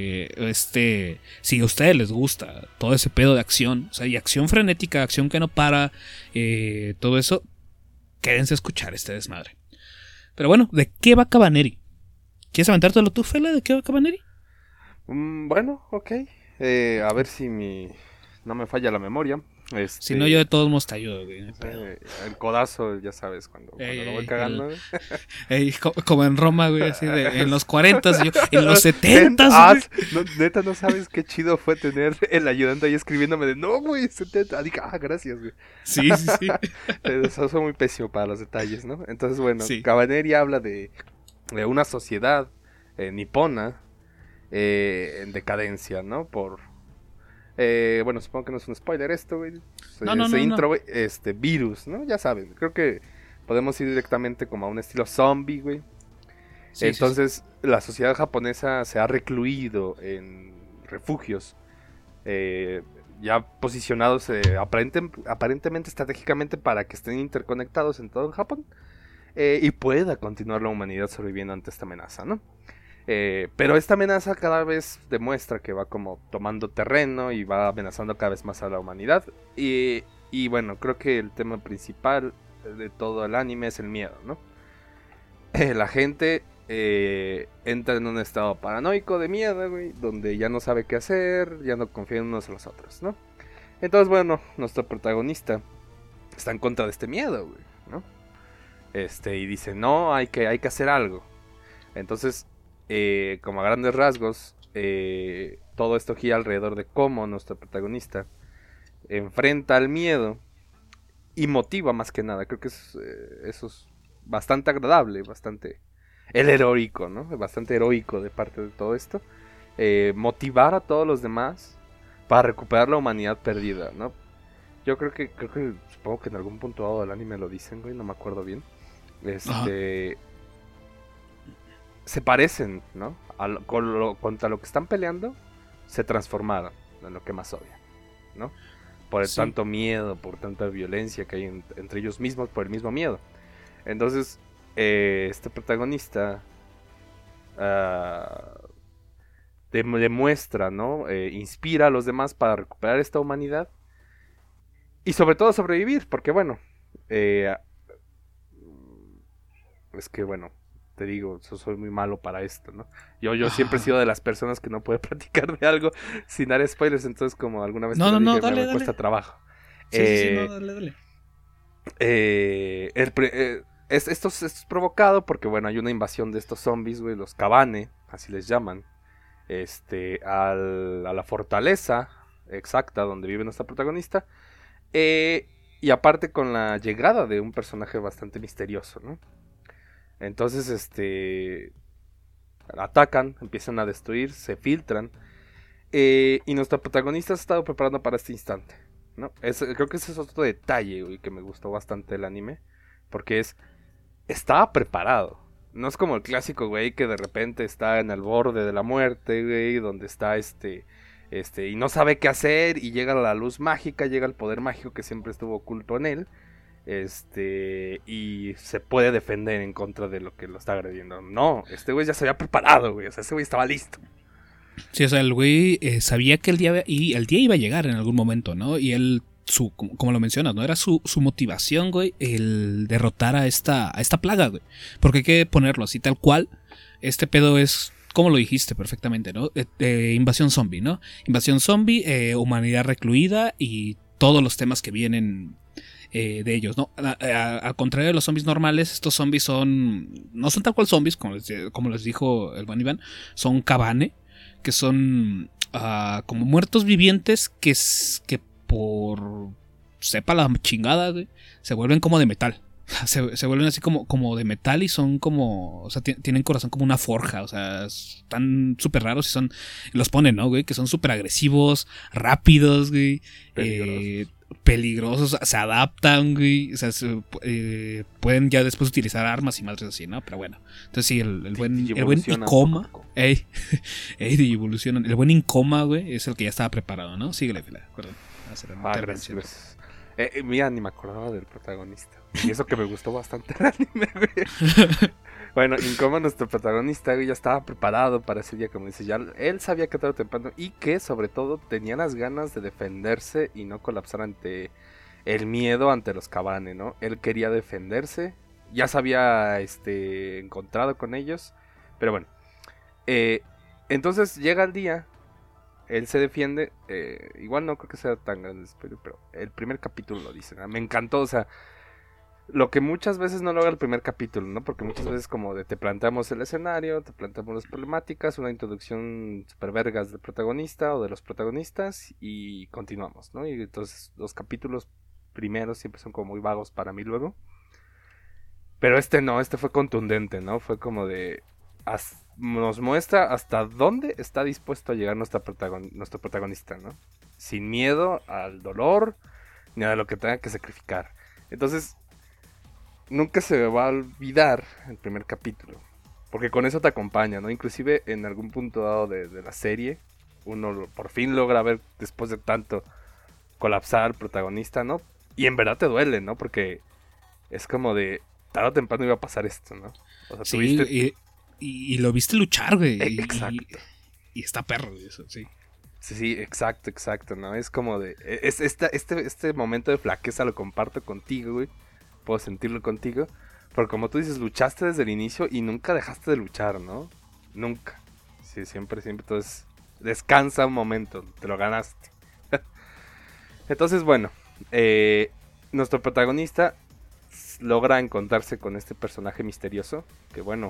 Si a ustedes les gusta todo ese pedo de acción, o sea, y acción frenética, acción que no para, todo eso, quédense a escuchar este desmadre. Pero bueno, ¿de qué va Kabaneri? ¿Quieres aventártelo tú, Fela? ¿De qué va Kabaneri? Bueno, ok. A ver si no me falla la memoria. Si no, yo de todos modos te ayudo, güey. El codazo, ya sabes, cuando lo voy cagando. Como en Roma, güey, así en los 40s, en los 70s. Neta, no sabes qué chido fue tener el ayudante ahí escribiéndome de no, güey, 70. Dije, gracias, güey. Sí. Eso soy muy pésimo para los detalles, ¿no? Entonces, bueno, sí. Kabaneri habla de una sociedad nipona en decadencia, ¿no? Bueno, supongo que no es un spoiler esto, güey. Intro, güey, virus, ¿no? Ya saben, creo que podemos ir directamente como a un estilo zombie, güey. Sí, entonces, la sociedad japonesa se ha recluido en refugios ya posicionados aparentemente estratégicamente para que estén interconectados en todo Japón. y pueda continuar la humanidad sobreviviendo ante esta amenaza, ¿no? Pero esta amenaza cada vez demuestra que va como tomando terreno y va amenazando cada vez más a la humanidad. Y bueno, creo que el tema principal de todo el anime es el miedo, ¿no? La gente entra en un estado paranoico de miedo, güey, donde ya no sabe qué hacer, ya no confía en unos a los otros, ¿no? Entonces, bueno, nuestro protagonista está en contra de este miedo, güey, ¿no? Y dice, no, hay que hacer algo. Entonces, como a grandes rasgos, todo esto gira alrededor de cómo nuestro protagonista enfrenta al miedo y motiva más que nada. Creo que eso es bastante agradable, bastante el heroico, ¿no? Bastante heroico de parte de todo esto. Motivar a todos los demás para recuperar la humanidad perdida, ¿no? Yo creo que supongo que en algún punto dado del anime lo dicen, güey, no me acuerdo bien. Se parecen, ¿no? Contra lo que están peleando, se transformaron en lo que más odian, ¿no? Por el tanto miedo, por tanta violencia que hay entre ellos mismos, por el mismo miedo. Entonces, este protagonista demuestra, ¿no? Inspira a los demás para recuperar esta humanidad y sobre todo sobrevivir, porque bueno, es que bueno, te digo, soy muy malo para esto, ¿no? Yo siempre he sido de las personas que no puede platicar de algo sin dar spoilers, entonces como alguna vez dale. cuesta trabajo. Sí, dale. Esto es provocado porque, bueno, hay una invasión de estos zombies, güey, los Kabane, así les llaman, a la fortaleza exacta donde vive nuestra protagonista, y aparte con la llegada de un personaje bastante misterioso, ¿no? Entonces, atacan, empiezan a destruir, se filtran, y nuestra protagonista se ha estado preparando para este instante, ¿no? Creo que ese es otro detalle, güey, que me gustó bastante el anime, porque estaba preparado. No es como el clásico, güey, que de repente está en el borde de la muerte, güey, donde está y no sabe qué hacer, y llega la luz mágica, llega el poder mágico que siempre estuvo oculto en él, y se puede defender en contra de lo que lo está agrediendo. No, este güey ya se había preparado, güey, o sea, ese güey estaba listo. Sí, o sea, el güey sabía que el día iba a llegar en algún momento, ¿no? Y él, como lo mencionas, ¿no? Era su motivación, güey, el derrotar a esta plaga, güey. Porque hay que ponerlo así, tal cual. Este pedo es, como lo dijiste perfectamente, ¿no? Invasión zombie, ¿no? Invasión zombie, humanidad recluida y todos los temas que vienen de ellos, ¿no? Al contrario de los zombies normales, estos zombies no son tal cual zombies, como les dijo el buen Iván, son Kabane, que son como muertos vivientes que por sepa la chingada, güey, se vuelven como de metal. Se vuelven así como de metal y son como, o sea, tienen corazón como una forja, o sea, están súper raros y los ponen, ¿no, güey? Que son súper agresivos, rápidos, güey, peligrosos, se adaptan, güey, o sea, pueden ya después utilizar armas y madres así, ¿no? Pero bueno, entonces sí, el buen Ikoma, evolucionan, el buen Ikoma, güey, es el que ya estaba preparado, ¿no? Síguele, fila, perdón. Gracias. Mira, ni me acordaba del protagonista. Y eso que me gustó bastante el anime, güey. Bueno, Ikoma, nuestro protagonista, güey, ya estaba preparado para ese día, como dice, ya él sabía que tarde o temprano, y que sobre todo tenía las ganas de defenderse y no colapsar ante el miedo ante los Kabane, ¿no? Él quería defenderse, ya se había encontrado con ellos, pero bueno. Entonces llega el día, él se defiende, igual no creo que sea tan grande, pero el primer capítulo lo dice, ¿no? Me encantó, o sea, lo que muchas veces no logra el primer capítulo, ¿no? Porque muchas veces como te planteamos el escenario, te planteamos las problemáticas, una introducción super vergas del protagonista o de los protagonistas y continuamos, ¿no? Y entonces los capítulos primeros siempre son como muy vagos para mí luego. Pero no, fue contundente, ¿no? Fue como de... nos muestra hasta dónde está dispuesto a llegar nuestro protagonista, ¿no? Sin miedo al dolor ni a lo que tenga que sacrificar. Entonces, nunca se me va a olvidar el primer capítulo, porque con eso te acompaña, ¿no? Inclusive en algún punto dado de la serie, uno por fin logra ver, después de tanto, colapsar al protagonista, ¿no? Y en verdad te duele, ¿no? Porque es como de... tarde o temprano iba a pasar esto, ¿no? O sea, Sí, tuviste... y lo viste luchar, güey. Exacto. Y está perro, güey, eso, sí. Sí, exacto, ¿no? Es como de... Este momento de flaqueza lo comparto contigo, güey. Puedo sentirlo contigo. Porque como tú dices, luchaste desde el inicio y nunca dejaste de luchar, ¿no? Nunca. Sí, siempre. Entonces, descansa un momento, te lo ganaste. Entonces, bueno, nuestro protagonista logra encontrarse con este personaje misterioso. Que bueno,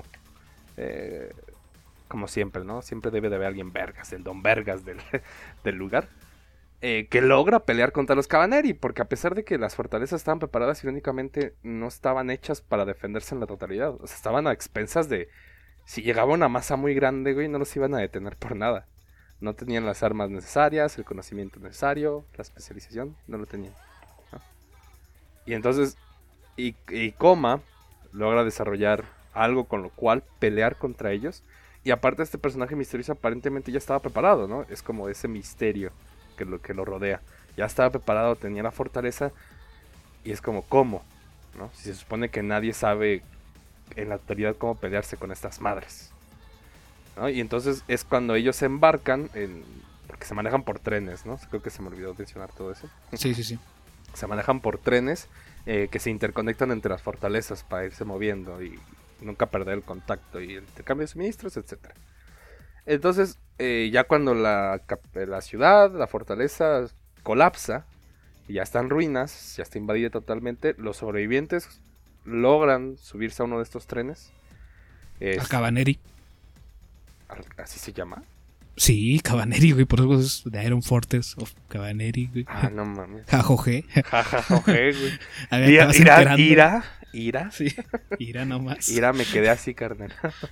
como siempre, ¿no? Siempre debe de haber alguien vergas, el don vergas del lugar. Que logra pelear contra los Cabaneri, porque a pesar de que las fortalezas estaban preparadas, irónicamente no estaban hechas para defenderse en la totalidad. O sea, estaban a expensas de... Si llegaba una masa muy grande, güey, no los iban a detener por nada. No tenían las armas necesarias, el conocimiento necesario, la especialización, no lo tenían, ¿no? Y entonces, y Koma logra desarrollar algo con lo cual pelear contra ellos. Y aparte este personaje misterioso aparentemente ya estaba preparado, ¿no? Es como ese misterio que lo rodea. Ya estaba preparado, tenía la fortaleza. Y es como, ¿cómo? ¿No? Si se supone que nadie sabe en la actualidad cómo pelearse con estas madres, ¿no? Y entonces es cuando ellos se embarcan porque se manejan por trenes, ¿no? Creo que se me olvidó mencionar todo eso. Sí. Se manejan por trenes que se interconectan entre las fortalezas para irse moviendo y nunca perder el contacto y el intercambio de suministros, etc. Entonces, ya cuando la ciudad, la fortaleza colapsa, y ya está en ruinas, ya está invadida totalmente, los sobrevivientes logran subirse a uno de estos trenes. A Cabaneri. ¿Así se llama? Sí, Cabaneri, güey, por eso es The Iron Fortress of Cabaneri, güey. Ah, no mames. Jajoje. Jajoje, güey. A ver, estabas enterando. Ira. Sí, Ira nomás. Ira, me quedé así, carnal.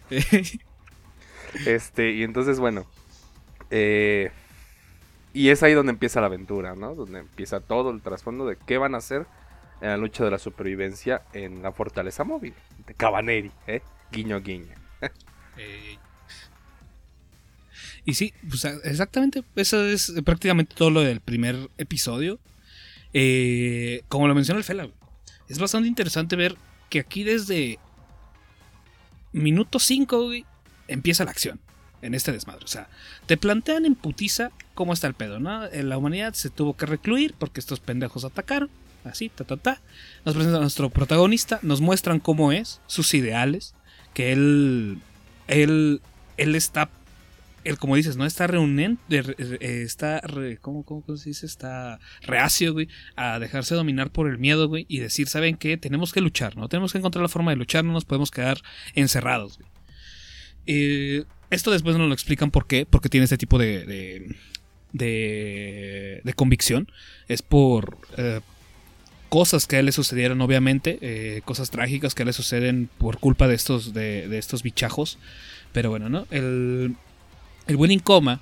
Y entonces, bueno. Y es ahí donde empieza la aventura, ¿no? Donde empieza todo el trasfondo de qué van a hacer en la lucha de la supervivencia en la fortaleza móvil de Cabaneri, ¿eh? Guiño, guiño. Y sí, pues exactamente, eso es prácticamente todo lo del primer episodio. Como lo menciona el Fela, es bastante interesante ver que aquí desde minuto 5, güey, empieza la acción en este desmadre. O sea, te plantean en putiza cómo está el pedo, ¿no? La humanidad se tuvo que recluir porque estos pendejos atacaron. Así, Nos presentan a nuestro protagonista, nos muestran cómo es, sus ideales, que él está, como dices, ¿no? Está ¿cómo se dice? Está reacio, güey, a dejarse dominar por el miedo, güey, y decir, ¿saben qué? Tenemos que luchar, ¿no? Tenemos que encontrar la forma de luchar, no nos podemos quedar encerrados, güey. Esto después nos lo explican por qué, porque tiene este tipo de convicción. Es por cosas que a él le sucedieron, obviamente, cosas trágicas que a él le suceden por culpa de estos bichajos. Pero bueno, ¿no? El buen Incoma,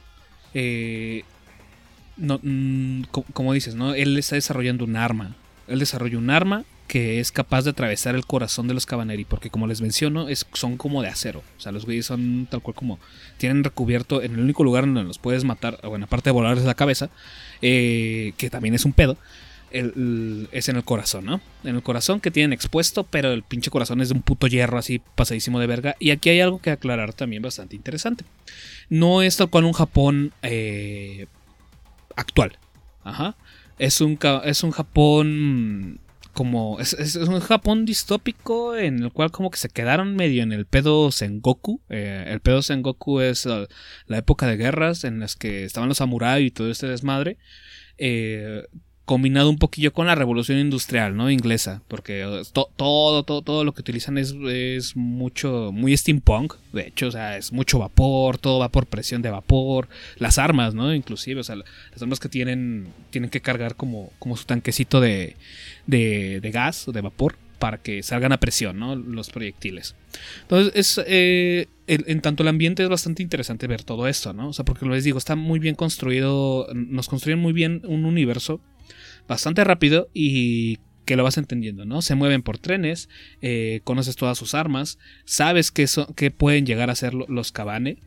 como dices, ¿no? Él está desarrollando un arma. Él desarrolla un arma que es capaz de atravesar el corazón de los Cabaneri, porque como les menciono, son como de acero. O sea, los güeyes son tal cual como tienen recubierto en el único lugar donde los puedes matar, bueno, aparte de volarles la cabeza, que también es un pedo, es en el corazón, ¿no? En el corazón que tienen expuesto, pero el pinche corazón es de un puto hierro así pasadísimo de verga. Y aquí hay algo que aclarar también bastante interesante. No es tal cual un Japón actual. Ajá. Es un Japón como... Es un Japón distópico en el cual como que se quedaron medio en el pedo Sengoku. El pedo Sengoku es la época de guerras en las que estaban los samuráis y todo este desmadre. Combinado un poquillo con la revolución industrial, ¿no? Inglesa, porque todo lo que utilizan es mucho, muy steampunk, de hecho, o sea, es mucho vapor, todo va por presión de vapor, las armas, ¿no? Inclusive, o sea, las armas que tienen que cargar como su tanquecito de gas o de vapor para que salgan a presión, ¿no? Los proyectiles. Entonces, en tanto el ambiente es bastante interesante ver todo esto, ¿no? O sea, porque les digo, está muy bien construido, nos construyen muy bien un universo bastante rápido y que lo vas entendiendo, ¿no? Se mueven por trenes, conoces todas sus armas, sabes qué pueden llegar a ser los Kabane,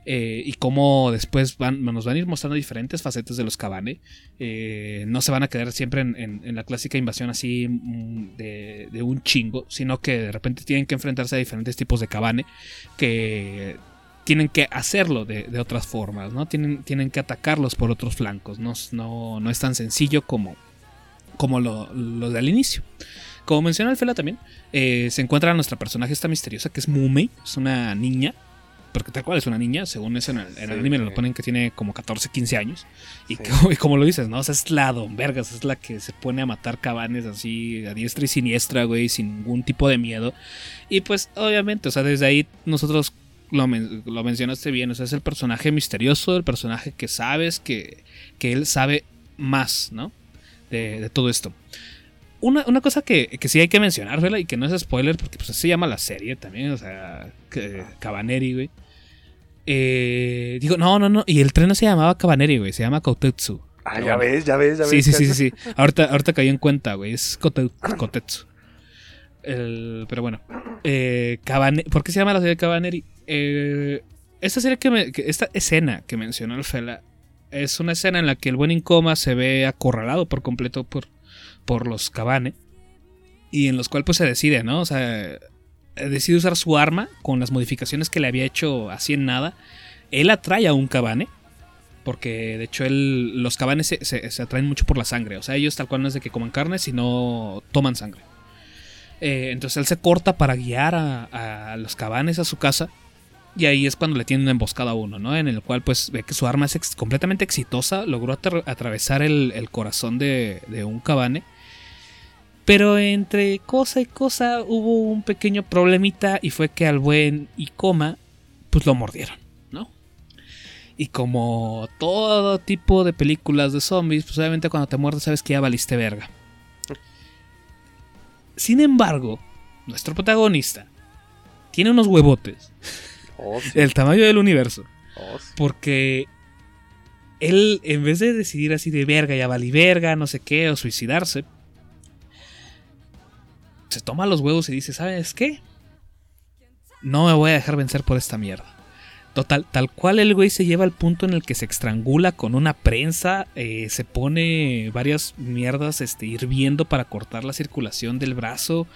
y cómo después nos van a ir mostrando diferentes facetas de los Kabane. No se van a quedar siempre en la clásica invasión así de un chingo, sino que de repente tienen que enfrentarse a diferentes tipos de Kabane que tienen que hacerlo de otras formas, ¿no? Tienen que atacarlos por otros flancos. No es tan sencillo como lo del inicio. Como menciona el Fela también, se encuentra nuestra personaje esta misteriosa que es Mumei, es una niña, porque tal cual es una niña, según eso en el anime lo ponen que tiene como 14, 15 años, y como lo dices, ¿no? O sea, es la don vergas, es la que se pone a matar cabanes así a diestra y siniestra, güey, sin ningún tipo de miedo, y pues obviamente, o sea, desde ahí nosotros lo mencionaste bien, o sea, es el personaje misterioso, el personaje que sabes que él sabe más, ¿no? De todo esto. Una cosa que sí hay que mencionar, ¿verdad? Y que no es spoiler, porque pues así se llama la serie también, o sea, Kabaneri, güey. Digo, no, y el tren no se llamaba Kabaneri, güey, se llama Kotetsu. Ah, ya ves. Sí. Ahorita caí en cuenta, güey, es Kotetsu. Pero bueno, ¿por qué se llama la serie Kabaneri? Esta escena que mencionó el Fela es una escena en la que el buen Incoma se ve acorralado por completo por los Kabane, y en los cuales pues se decide, ¿no? O sea, decide usar su arma con las modificaciones que le había hecho así en nada. Él atrae a un Kabane, porque de hecho los Kabanes se atraen mucho por la sangre. O sea, ellos tal cual no es de que coman carne, sino toman sangre. Entonces él se corta para guiar a los Kabanes a su casa. Y ahí es cuando le tienen una emboscada a uno, ¿no? En el cual pues ve que su arma es completamente exitosa. Logró atravesar el corazón de un Kabane. Pero entre cosa y cosa hubo un pequeño problemita. Y fue que al buen Ikoma pues lo mordieron, ¿no? Y como todo tipo de películas de zombies, pues obviamente cuando te muerdes sabes que ya valiste verga. Sin embargo, nuestro protagonista tiene unos huevotes. Oh, sí. El tamaño del universo. Oh, sí. Porque él, en vez de decidir así de verga, ya valí verga, no sé qué, o suicidarse, se toma los huevos y dice, ¿sabes qué? No me voy a dejar vencer por esta mierda. Total, tal cual el güey se lleva al punto en el que se estrangula con una prensa, se pone varias mierdas hirviendo para cortar la circulación del brazo.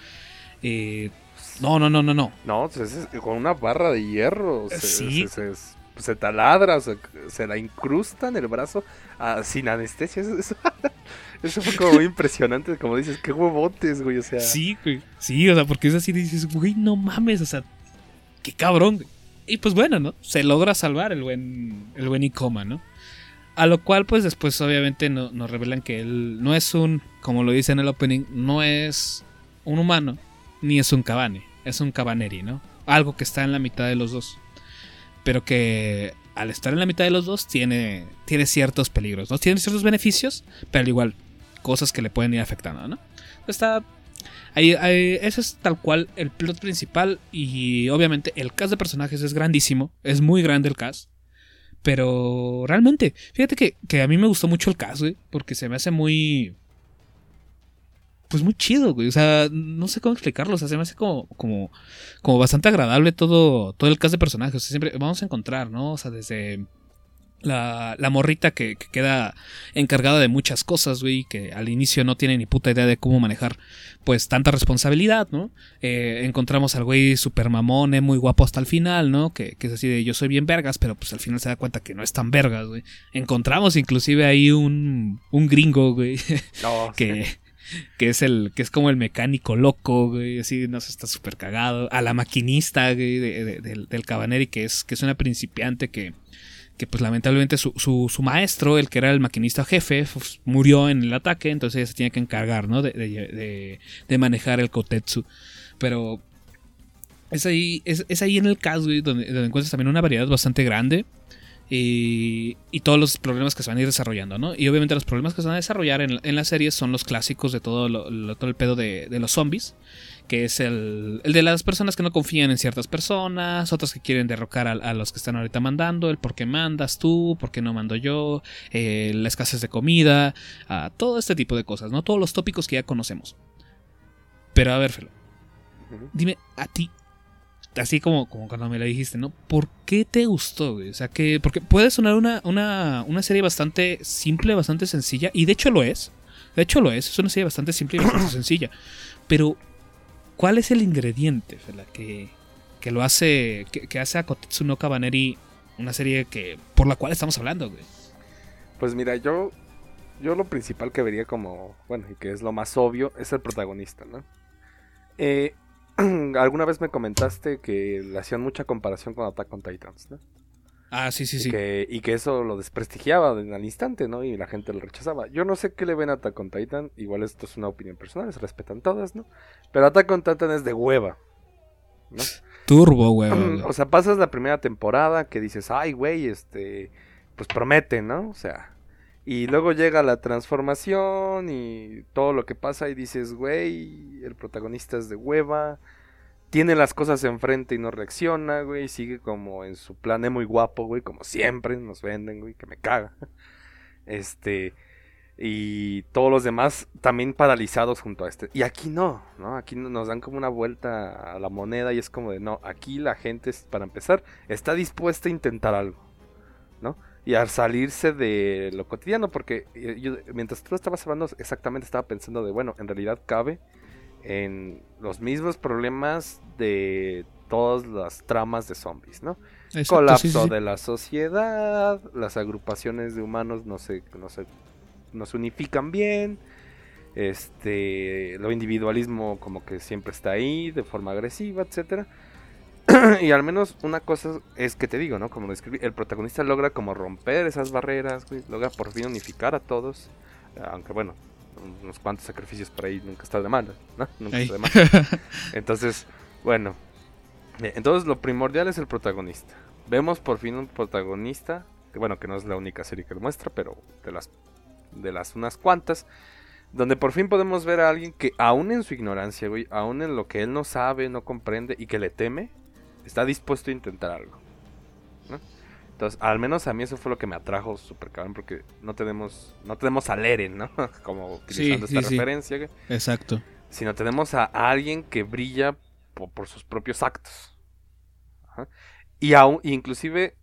No. No, con una barra de hierro Sí. se taladra, se la incrusta en el brazo sin anestesia. Eso fue como muy impresionante, como dices, qué huevotes, güey, o sea. Sí, güey. Sí, o sea, porque es así, dices, güey, no mames, o sea, qué cabrón, güey. Y pues bueno, ¿no? Se logra salvar el buen Ikoma, ¿no? A lo cual, pues después obviamente nos revelan que él no es como lo dice en el opening, no es un humano, ni es un Kabane, es un Kabaneri, ¿no? Algo que está en la mitad de los dos. Pero que al estar en la mitad de los dos tiene ciertos peligros, ¿no? Tiene ciertos beneficios, pero al igual cosas que le pueden ir afectando, ¿no? Está... Eso es tal cual el plot principal. Y obviamente el cast de personajes es grandísimo. Es muy grande el cast. Pero realmente, fíjate que a mí me gustó mucho el cast, güey. Porque se me hace muy... Pues muy chido, güey. O sea, no sé cómo explicarlo. O sea, se me hace como bastante agradable todo el cast de personajes. O sea, siempre vamos a encontrar, ¿no? O sea, desde... La morrita que queda encargada de muchas cosas, güey, que al inicio no tiene ni puta idea de cómo manejar pues tanta responsabilidad, ¿no? Encontramos al güey super mamón, muy guapo hasta el final, ¿no? Que es así de yo soy bien vergas, pero pues al final se da cuenta que no es tan vergas, güey. Encontramos inclusive ahí un gringo, güey, No, que es como el mecánico loco, güey, así, no sé, está súper cagado. A la maquinista, güey, del Kabaneri, que es una principiante que pues lamentablemente su maestro, el que era el maquinista jefe, pues, murió en el ataque, entonces ella se tiene que encargar, ¿no? de manejar el Kotetsu. Pero es ahí en el caso, güey, donde encuentras también una variedad bastante grande y todos los problemas que se van a ir desarrollando, ¿no? Y obviamente los problemas que se van a desarrollar en la serie son los clásicos de todo el pedo de los zombies, que es el de las personas que no confían en ciertas personas, otras que quieren derrocar a los que están ahorita mandando, el por qué mandas tú, por qué no mando yo, la escasez de comida, todo este tipo de cosas, ¿no? Todos los tópicos que ya conocemos. Pero a ver, Felo, dime a ti, así como cuando me lo dijiste, ¿no? ¿Por qué te gustó, güey? O sea, porque puede sonar una serie bastante simple, bastante sencilla, y de hecho lo es. Es una serie bastante simple y bastante sencilla. Pero, ¿cuál es el ingrediente, Fela, que lo hace, que hace a Kotetsu no Kabaneri una serie por la cual estamos hablando, güey? Pues mira, yo lo principal que vería como, bueno, y que es lo más obvio, es el protagonista, ¿no? Alguna vez me comentaste que le hacían mucha comparación con Attack on Titans, ¿no? Ah, sí. Y que eso lo desprestigiaba al instante, ¿no? Y la gente lo rechazaba. Yo no sé qué le ven a Attack on Titan. Igual esto es una opinión personal, se respetan todas, ¿no? Pero Attack on Titan es de hueva, ¿no? Turbo hueva. O sea, pasas la primera temporada que dices, ay, güey, pues promete, ¿no? O sea, y luego llega la transformación y todo lo que pasa y dices, güey, el protagonista es de hueva. Tiene las cosas enfrente y no reacciona, güey. Sigue como en su plan muy guapo, güey. Como siempre nos venden, güey. Que me caga. Y todos los demás también paralizados junto a este. Y aquí no, ¿no? Aquí nos dan como una vuelta a la moneda y es como de, no, aquí la gente, para empezar, está dispuesta a intentar algo, ¿no? Y a salirse de lo cotidiano, porque yo, mientras tú estabas hablando, exactamente estaba pensando de, bueno, en realidad cabe en los mismos problemas de todas las tramas de zombies, ¿no? Exacto, colapso de la sociedad, las agrupaciones de humanos no se unifican bien, lo individualismo como que siempre está ahí de forma agresiva, etcétera. Y al menos una cosa es que te digo, ¿no? Como lo escribí, el protagonista logra como romper esas barreras, güey, logra por fin unificar a todos, aunque bueno, unos cuantos sacrificios por ahí nunca está de más, ¿no? Nunca está de más. Entonces, bueno, entonces lo primordial es el protagonista. Vemos por fin un protagonista, que bueno, que no es la única serie que lo muestra, pero de las unas cuantas, donde por fin podemos ver a alguien que aún en su ignorancia, güey, aún en lo que él no sabe, no comprende y que le teme, está dispuesto a intentar algo, ¿no? Entonces, al menos a mí eso fue lo que me atrajo súper cabrón, porque no tenemos a Eren, ¿no? Como utilizando esta referencia, güey. Exacto. Sino tenemos a alguien que brilla por sus propios actos. Ajá. Y aún, inclusive,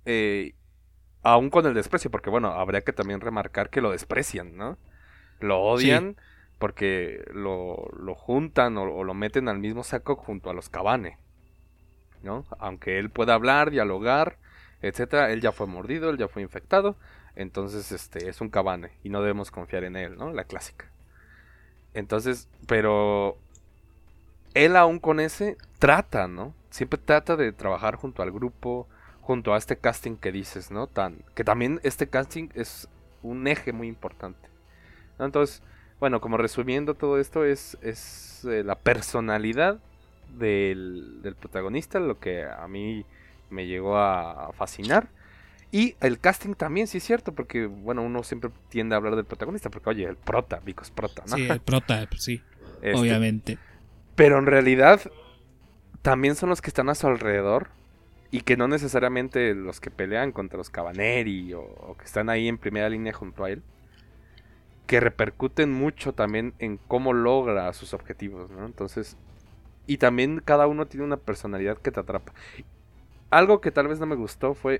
aún con el desprecio, porque bueno, habría que también remarcar que lo desprecian, ¿no? Lo odian porque lo juntan o lo meten al mismo saco junto a los Kabane, ¿no? Aunque él pueda hablar, dialogar, etcétera, él ya fue mordido, él ya fue infectado, entonces es un Kabane y no debemos confiar en él, ¿no? La clásica. Entonces, pero él aún con ese trata, ¿no? Siempre trata de trabajar junto al grupo, junto a este casting que dices, ¿no? Que también este casting es un eje muy importante, ¿no? Entonces, bueno, como resumiendo todo esto, es la personalidad del protagonista, lo que a mí me llegó a fascinar. Y el casting también, sí es cierto, porque bueno, uno siempre tiende a hablar del protagonista, porque oye, el prota, Vico es prota, ¿no? Sí, el prota, sí, obviamente. Pero en realidad también son los que están a su alrededor y que no necesariamente los que pelean contra los Cabaneri o que están ahí en primera línea junto a él, que repercuten mucho también en cómo logra sus objetivos, ¿no? Entonces, y también cada uno tiene una personalidad que te atrapa. Algo que tal vez no me gustó fue,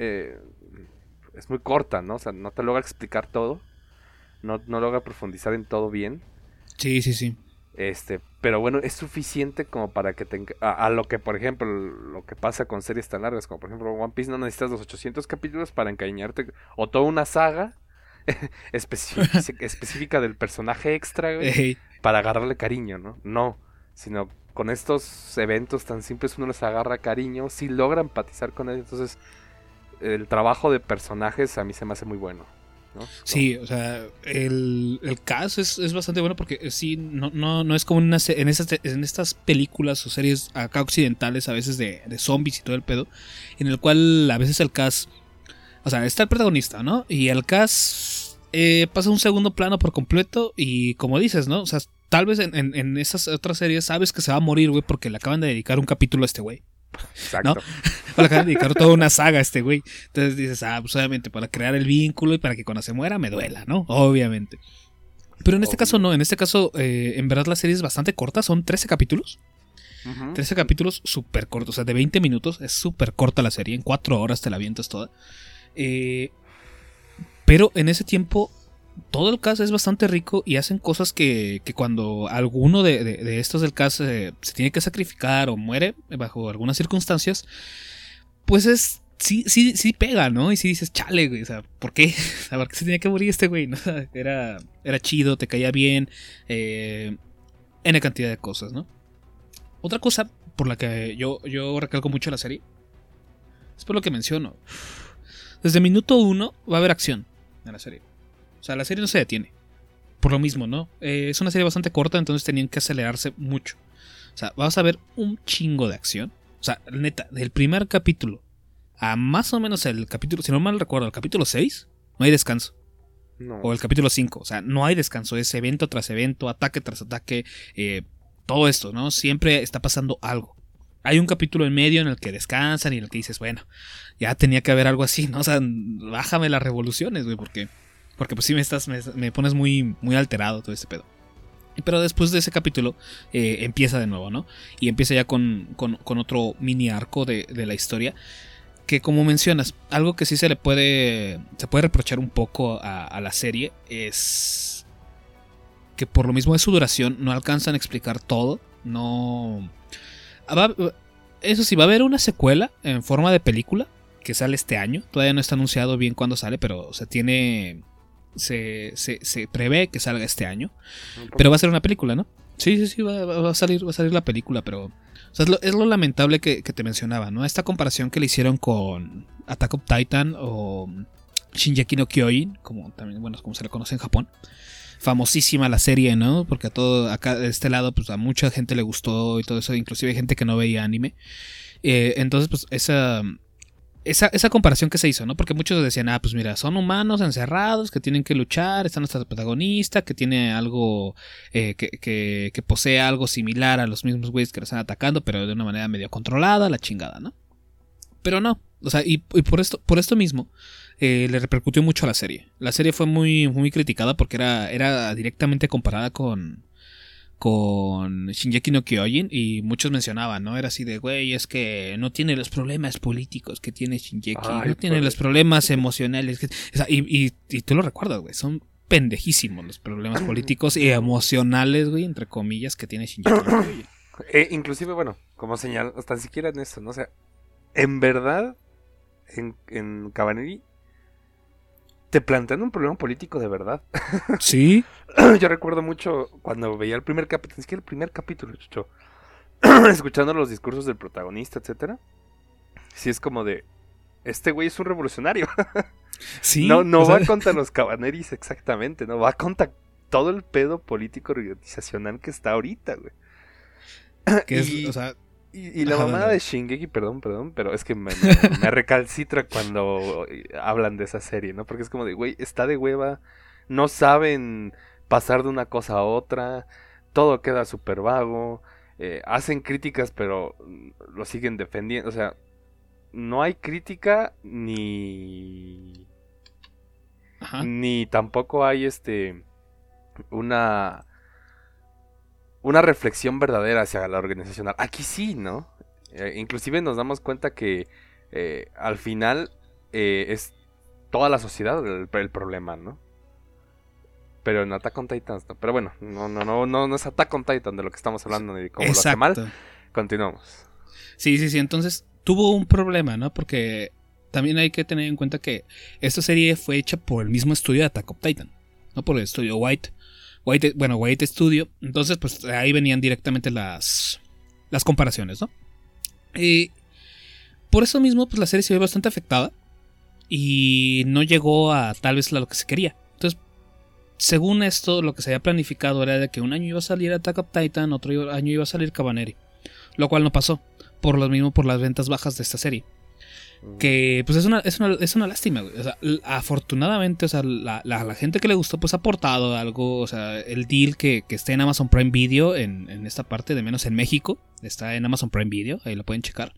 es muy corta, ¿no? O sea, no te logra explicar todo, no logra profundizar en todo bien. Sí. Pero bueno, es suficiente como para que a lo que, por ejemplo, lo que pasa con series tan largas, como por ejemplo One Piece, no necesitas los 800 capítulos para encariñarte, o toda una saga específica del personaje extra, güey, para agarrarle cariño, ¿no? No, sino con estos eventos tan simples uno les agarra cariño, sí logra empatizar con ellos. Entonces el trabajo de personajes a mí se me hace muy bueno, ¿no? Sí, o sea, el cast es bastante bueno porque sí, no es como en estas películas o series acá occidentales a veces de zombies y todo el pedo, en el cual a veces el cast, o sea, está el protagonista, ¿no? Y el cast pasa a un segundo plano por completo y como dices, ¿no? O sea, tal vez en esas otras series sabes que se va a morir, güey, porque le acaban de dedicar un capítulo a este güey. Exacto. ¿No? O le acaban de dedicar toda una saga a este güey. Entonces dices, pues obviamente para crear el vínculo y para que cuando se muera me duela, ¿no? Obviamente. Pero en este caso no, en este caso en verdad la serie es bastante corta, son 13 capítulos. Ujú. 13 capítulos súper cortos, o sea, de 20 minutos. Es súper corta la serie, en 4 horas te la avientas toda. Pero en ese tiempo todo el cast es bastante rico y hacen cosas que cuando alguno de estos del cast se tiene que sacrificar o muere bajo algunas circunstancias, pues es... Sí pega, ¿no? Y sí dices, chale, güey, o sea, ¿por qué? ¿Por qué se tenía que morir este güey? ¿No? Era chido, te caía bien, N cantidad de cosas, ¿no? Otra cosa por la que yo recalco mucho la serie es por lo que menciono. Desde minuto 1 va a haber acción en la serie. O sea, la serie no se detiene. Por lo mismo, ¿no? Es una serie bastante corta, entonces tenían que acelerarse mucho. O sea, vas a ver un chingo de acción. O sea, neta, del primer capítulo a más o menos el capítulo, si no mal recuerdo, el capítulo 6, no hay descanso. No. O el capítulo 5, o sea, no hay descanso. Es evento tras evento, ataque tras ataque, todo esto, ¿no? Siempre está pasando algo. Hay un capítulo en medio en el que descansan y en el que dices, bueno, ya tenía que haber algo así, ¿no? O sea, bájame las revoluciones, güey, porque pues sí me pones muy, muy alterado todo este pedo. Pero después de ese capítulo empieza de nuevo, ¿no? Y empieza ya con otro mini arco de la historia. Que como mencionas, algo que sí se puede reprochar un poco a la serie es que por lo mismo de su duración no alcanzan a explicar todo. No... Eso sí, va a haber una secuela en forma de película que sale este año. Todavía no está anunciado bien cuándo sale, pero se prevé que salga este año. Pero va a ser una película, ¿no? Sí, va a salir la película, pero... O sea, es lo lamentable que te mencionaba, ¿no? Esta comparación que le hicieron con Attack of Titan o Shingeki no Kyojin, como se le conoce en Japón. Famosísima la serie, ¿no? Porque acá de este lado, pues a mucha gente le gustó y todo eso, inclusive hay gente que no veía anime. Entonces, pues esa comparación que se hizo, ¿no? Porque muchos decían, pues mira, son humanos encerrados que tienen que luchar, está nuestra protagonista que tiene algo, que posee algo similar a los mismos güeyes que lo están atacando, pero de una manera medio controlada, la chingada, ¿no? Pero no, o sea, y por esto mismo le repercutió mucho a la serie. La serie fue muy, muy criticada porque era directamente comparada con Shingeki no Kyojin y muchos mencionaban, ¿no? Era así de, güey, es que no tiene los problemas políticos que tiene Shingeki, no tiene los problemas emocionales. O sea, y tú lo recuerdas, güey, son pendejísimos los problemas políticos y emocionales, güey, entre comillas, que tiene Shingeki no Kyojin. Inclusive, bueno, como señal, hasta siquiera en eso, ¿no? O sea, en verdad, en Kabaneri te plantean un problema político de verdad. Sí. Yo recuerdo mucho cuando veía el primer capítulo, es que el primer capítulo, chucho, escuchando los discursos del protagonista, etcétera. Sí, es como de, este güey es un revolucionario. Sí. No va contra los Cabaneris exactamente, no va contra todo el pedo político organizacional que está ahorita, güey. Y la mamada de Shingeki, perdón, pero es que me recalcitra cuando hablan de esa serie, ¿no? Porque es como de, güey, está de hueva, no saben pasar de una cosa a otra, todo queda súper vago, hacen críticas pero lo siguen defendiendo, o sea, no hay crítica ni tampoco hay una reflexión verdadera hacia la organización. Aquí sí, ¿no? Inclusive nos damos cuenta que al final es toda la sociedad el problema, ¿no? Pero en Attack on Titan no. Pero bueno, no es Attack on Titan de lo que estamos hablando ni de cómo lo hace mal. Continuamos. Sí. Entonces tuvo un problema, ¿no? Porque también hay que tener en cuenta que esta serie fue hecha por el mismo estudio de Attack on Titan, no por el estudio White Studio. Entonces, pues ahí venían directamente las comparaciones, ¿no? Por eso mismo, pues la serie se ve bastante afectada y no llegó a tal vez a lo que se quería. Entonces, según esto, lo que se había planificado era de que un año iba a salir Attack on Titan, otro año iba a salir Kabaneri, lo cual no pasó, por lo mismo, por las ventas bajas de esta serie. Que pues es una lástima, güey. O sea, afortunadamente, o sea, la gente que le gustó pues ha aportado algo. O sea, el deal que está en Amazon Prime Video en esta parte, de menos en México, está en Amazon Prime Video, ahí lo pueden checar.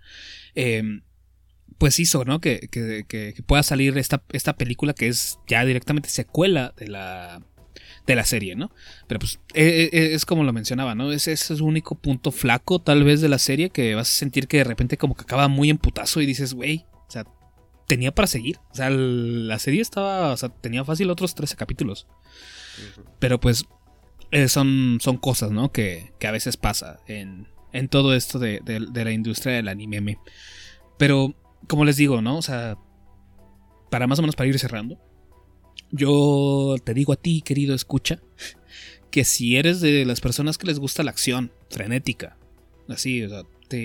Pues hizo, ¿no? Que pueda salir esta película que es ya directamente secuela de la serie, ¿no? Pero pues es como lo mencionaba, ¿no? Ese es el único punto flaco tal vez de la serie, que vas a sentir que de repente como que acaba muy en putazo y dices, güey, o sea, tenía para seguir. O sea, la serie estaba, o sea, tenía fácil otros 13 capítulos. Pero pues son cosas, ¿no? Que a veces pasa en todo esto de la industria del anime. Pero, como les digo, ¿no? O sea, para más o menos para ir cerrando, yo te digo a ti, querido escucha, que si eres de las personas que les gusta la acción frenética, así, o sea,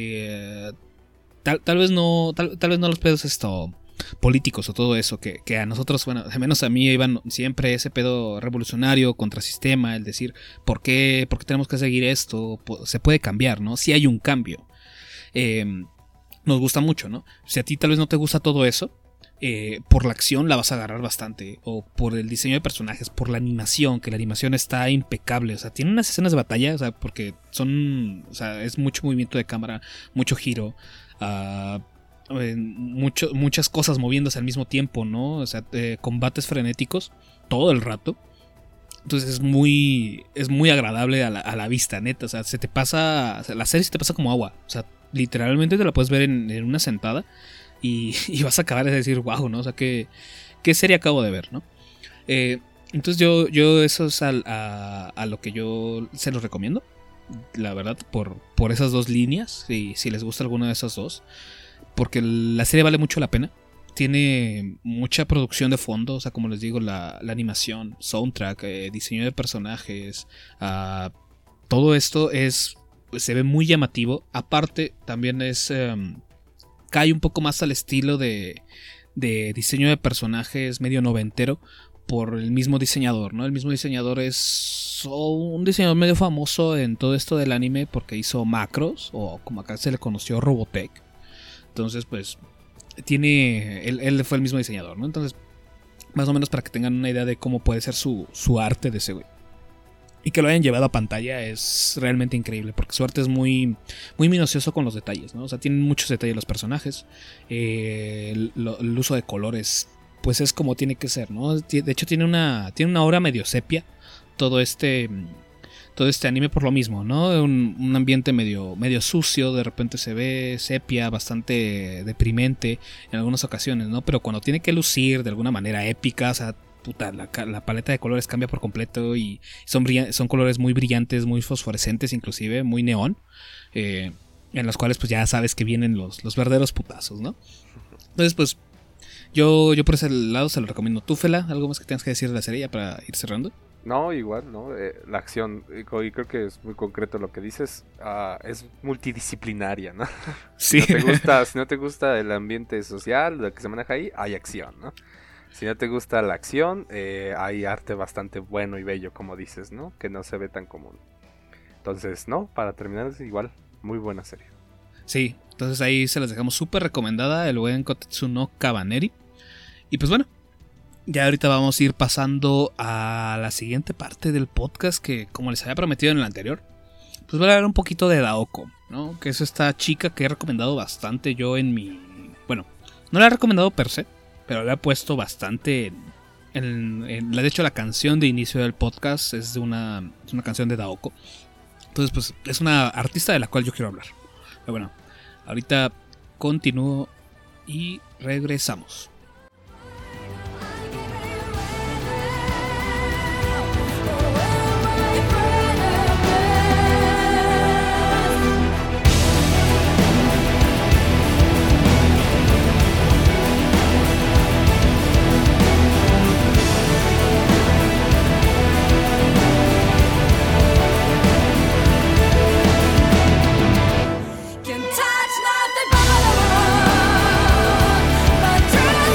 tal vez no los pedos políticos o todo eso, que a nosotros, bueno, al menos a mí iban siempre ese pedo revolucionario, contrasistema, el decir, ¿por qué tenemos que seguir esto? Se puede cambiar, ¿no? Si hay un cambio. Nos gusta mucho, ¿no? Si a ti tal vez no te gusta todo eso, por la acción la vas a agarrar bastante, o por el diseño de personajes, por la animación, que la animación está impecable, o sea, tiene unas escenas de batalla, o sea, porque es mucho movimiento de cámara, mucho giro, muchas cosas moviéndose al mismo tiempo, ¿no? O sea, combates frenéticos todo el rato. Entonces es muy agradable a la vista, neta. O sea, se te pasa, o sea, la serie se te pasa como agua. O sea, literalmente te la puedes ver en una sentada y vas a acabar de decir, wow, ¿no? O sea, ¿qué serie acabo de ver, ¿no? Entonces yo eso es a lo que yo se los recomiendo, la verdad, por esas dos líneas, si les gusta alguna de esas dos, porque la serie vale mucho la pena. Tiene mucha producción de fondo, o sea, como les digo, la animación, soundtrack, diseño de personajes, todo esto se ve muy llamativo. Aparte, también cae un poco más al estilo de diseño de personajes medio noventero por el mismo diseñador, ¿no? El mismo diseñador es un diseñador medio famoso en todo esto del anime porque hizo Macross, o como acá se le conoció, Robotech. Entonces, pues, él fue el mismo diseñador, ¿no? Entonces, más o menos para que tengan una idea de cómo puede ser su arte de ese güey. Y que lo hayan llevado a pantalla es realmente increíble, porque su arte es muy, muy minucioso con los detalles, ¿no? O sea, tienen muchos detalles los personajes. El uso de colores, pues es como tiene que ser, ¿no? De hecho, tiene una aura medio sepia todo este anime por lo mismo, ¿no? Un ambiente medio sucio, de repente se ve sepia, bastante deprimente en algunas ocasiones, ¿no? Pero cuando tiene que lucir de alguna manera épica, o sea, puta, la paleta de colores cambia por completo y son colores muy brillantes, muy fosforescentes, inclusive muy neón, en los cuales pues ya sabes que vienen los verdaderos putazos, ¿no? Entonces, pues yo por ese lado se lo recomiendo. ¿Tú, Fela, algo más que tengas que decir de la serie ya para ir cerrando? No, igual, ¿no? La acción, y creo que es muy concreto lo que dices, es multidisciplinaria, ¿no? Sí. Si no te gusta el ambiente social, lo que se maneja ahí, hay acción, ¿no? Si no te gusta la acción, hay arte bastante bueno y bello, como dices, ¿no? Que no se ve tan común. Entonces, no, para terminar es igual, muy buena serie. Sí, entonces ahí se las dejamos súper recomendada, el buen Kotetsu no Kabaneri. Y pues bueno, ya ahorita vamos a ir pasando a la siguiente parte del podcast que, como les había prometido en el anterior, pues voy a hablar un poquito de Daoko, ¿no? Que es esta chica que he recomendado bastante yo en mi... Bueno, no la he recomendado per se, pero la he puesto bastante de hecho, la canción de inicio del podcast es una canción de Daoko. Entonces, pues, es una artista de la cual yo quiero hablar. Pero bueno, ahorita continúo y regresamos. Can touch nothing but a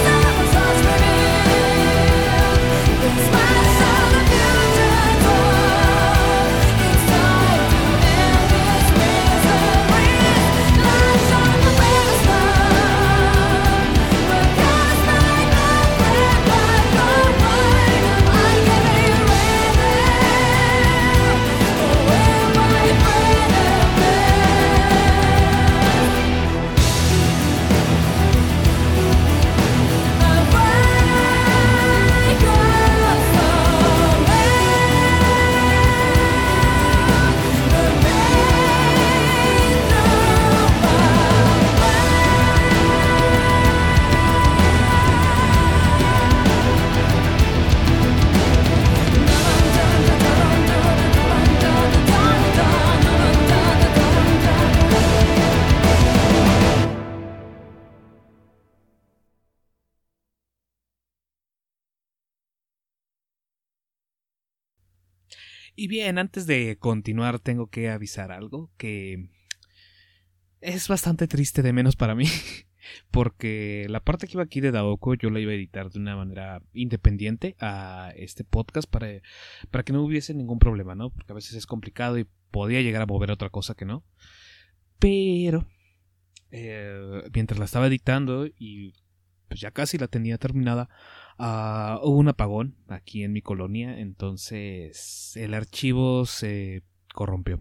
Y bien, antes de continuar tengo que avisar algo que es bastante triste de menos para mí. Porque la parte que iba aquí de Daoko yo la iba a editar de una manera independiente a este podcast para que no hubiese ningún problema, ¿no? Porque a veces es complicado y podía llegar a mover otra cosa que no. Pero mientras la estaba editando y pues ya casi la tenía terminada, hubo un apagón aquí en mi colonia, entonces el archivo se corrompió.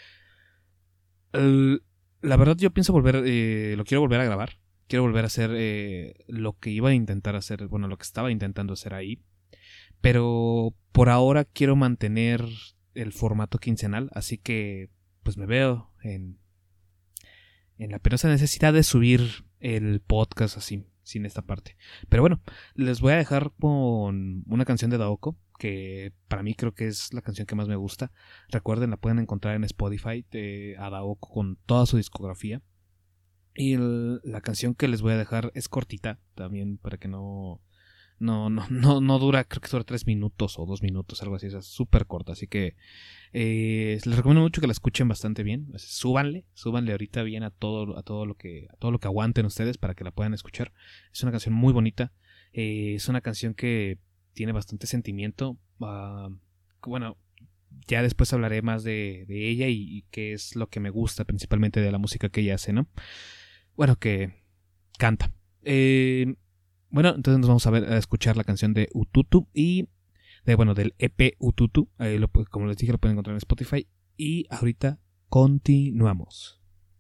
La verdad yo pienso lo quiero volver a grabar. Quiero volver a hacer lo que iba a intentar hacer, bueno, lo que estaba intentando hacer ahí. Pero por ahora quiero mantener el formato quincenal, así que pues me veo en la penosa necesidad de subir el podcast así, sin esta parte. Pero bueno, les voy a dejar con una canción de Daoko, que para mí creo que es la canción que más me gusta. Recuerden, la pueden encontrar en Spotify, a Daoko con toda su discografía. Y la canción que les voy a dejar es cortita también, para que no dura, creo que dura 3 minutos o 2 minutos, algo así, es súper corta, así que les recomiendo mucho que la escuchen bastante bien. Súbanle ahorita bien a todo lo que aguanten ustedes para que la puedan escuchar. Es una canción muy bonita, es una canción que tiene bastante sentimiento. Bueno, ya después hablaré más de ella y qué es lo que me gusta principalmente de la música que ella hace, ¿no? Bueno, que canta. Bueno, entonces nos vamos a escuchar la canción de Ututu y del EP Ututu. Como les dije, lo pueden encontrar en Spotify. Y ahorita continuamos.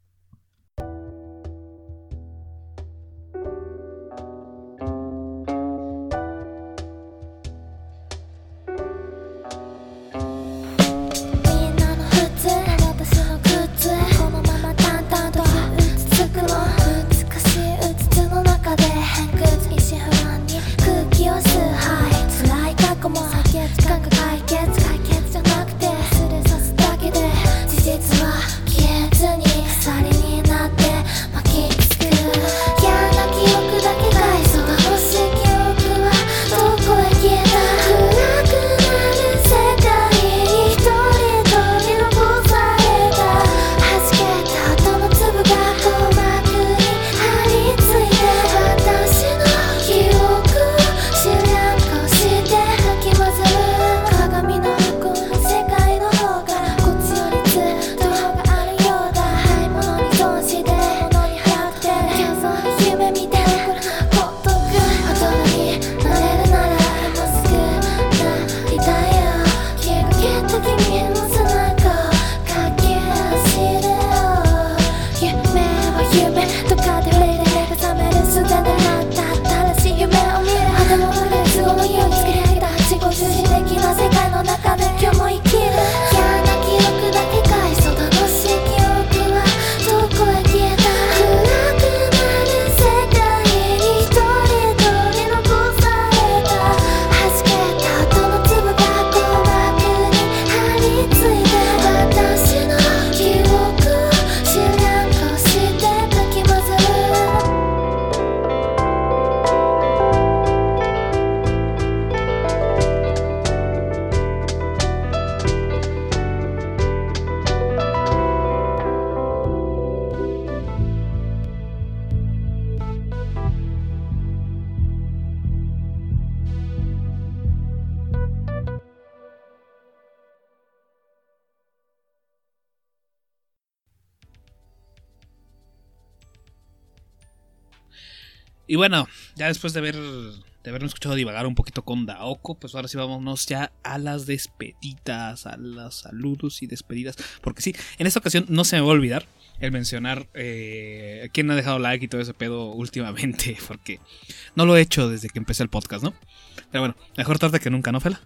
'Y bueno, ya después de habernos escuchado divagar un poquito con Daoko, pues ahora sí vámonos ya a las despedidas, a los saludos y despedidas. Porque sí, en esta ocasión no se me va a olvidar el mencionar quién ha dejado like y todo ese pedo últimamente, porque no lo he hecho desde que empecé el podcast, ¿no? Pero bueno, mejor tarde que nunca, ¿no, Fela?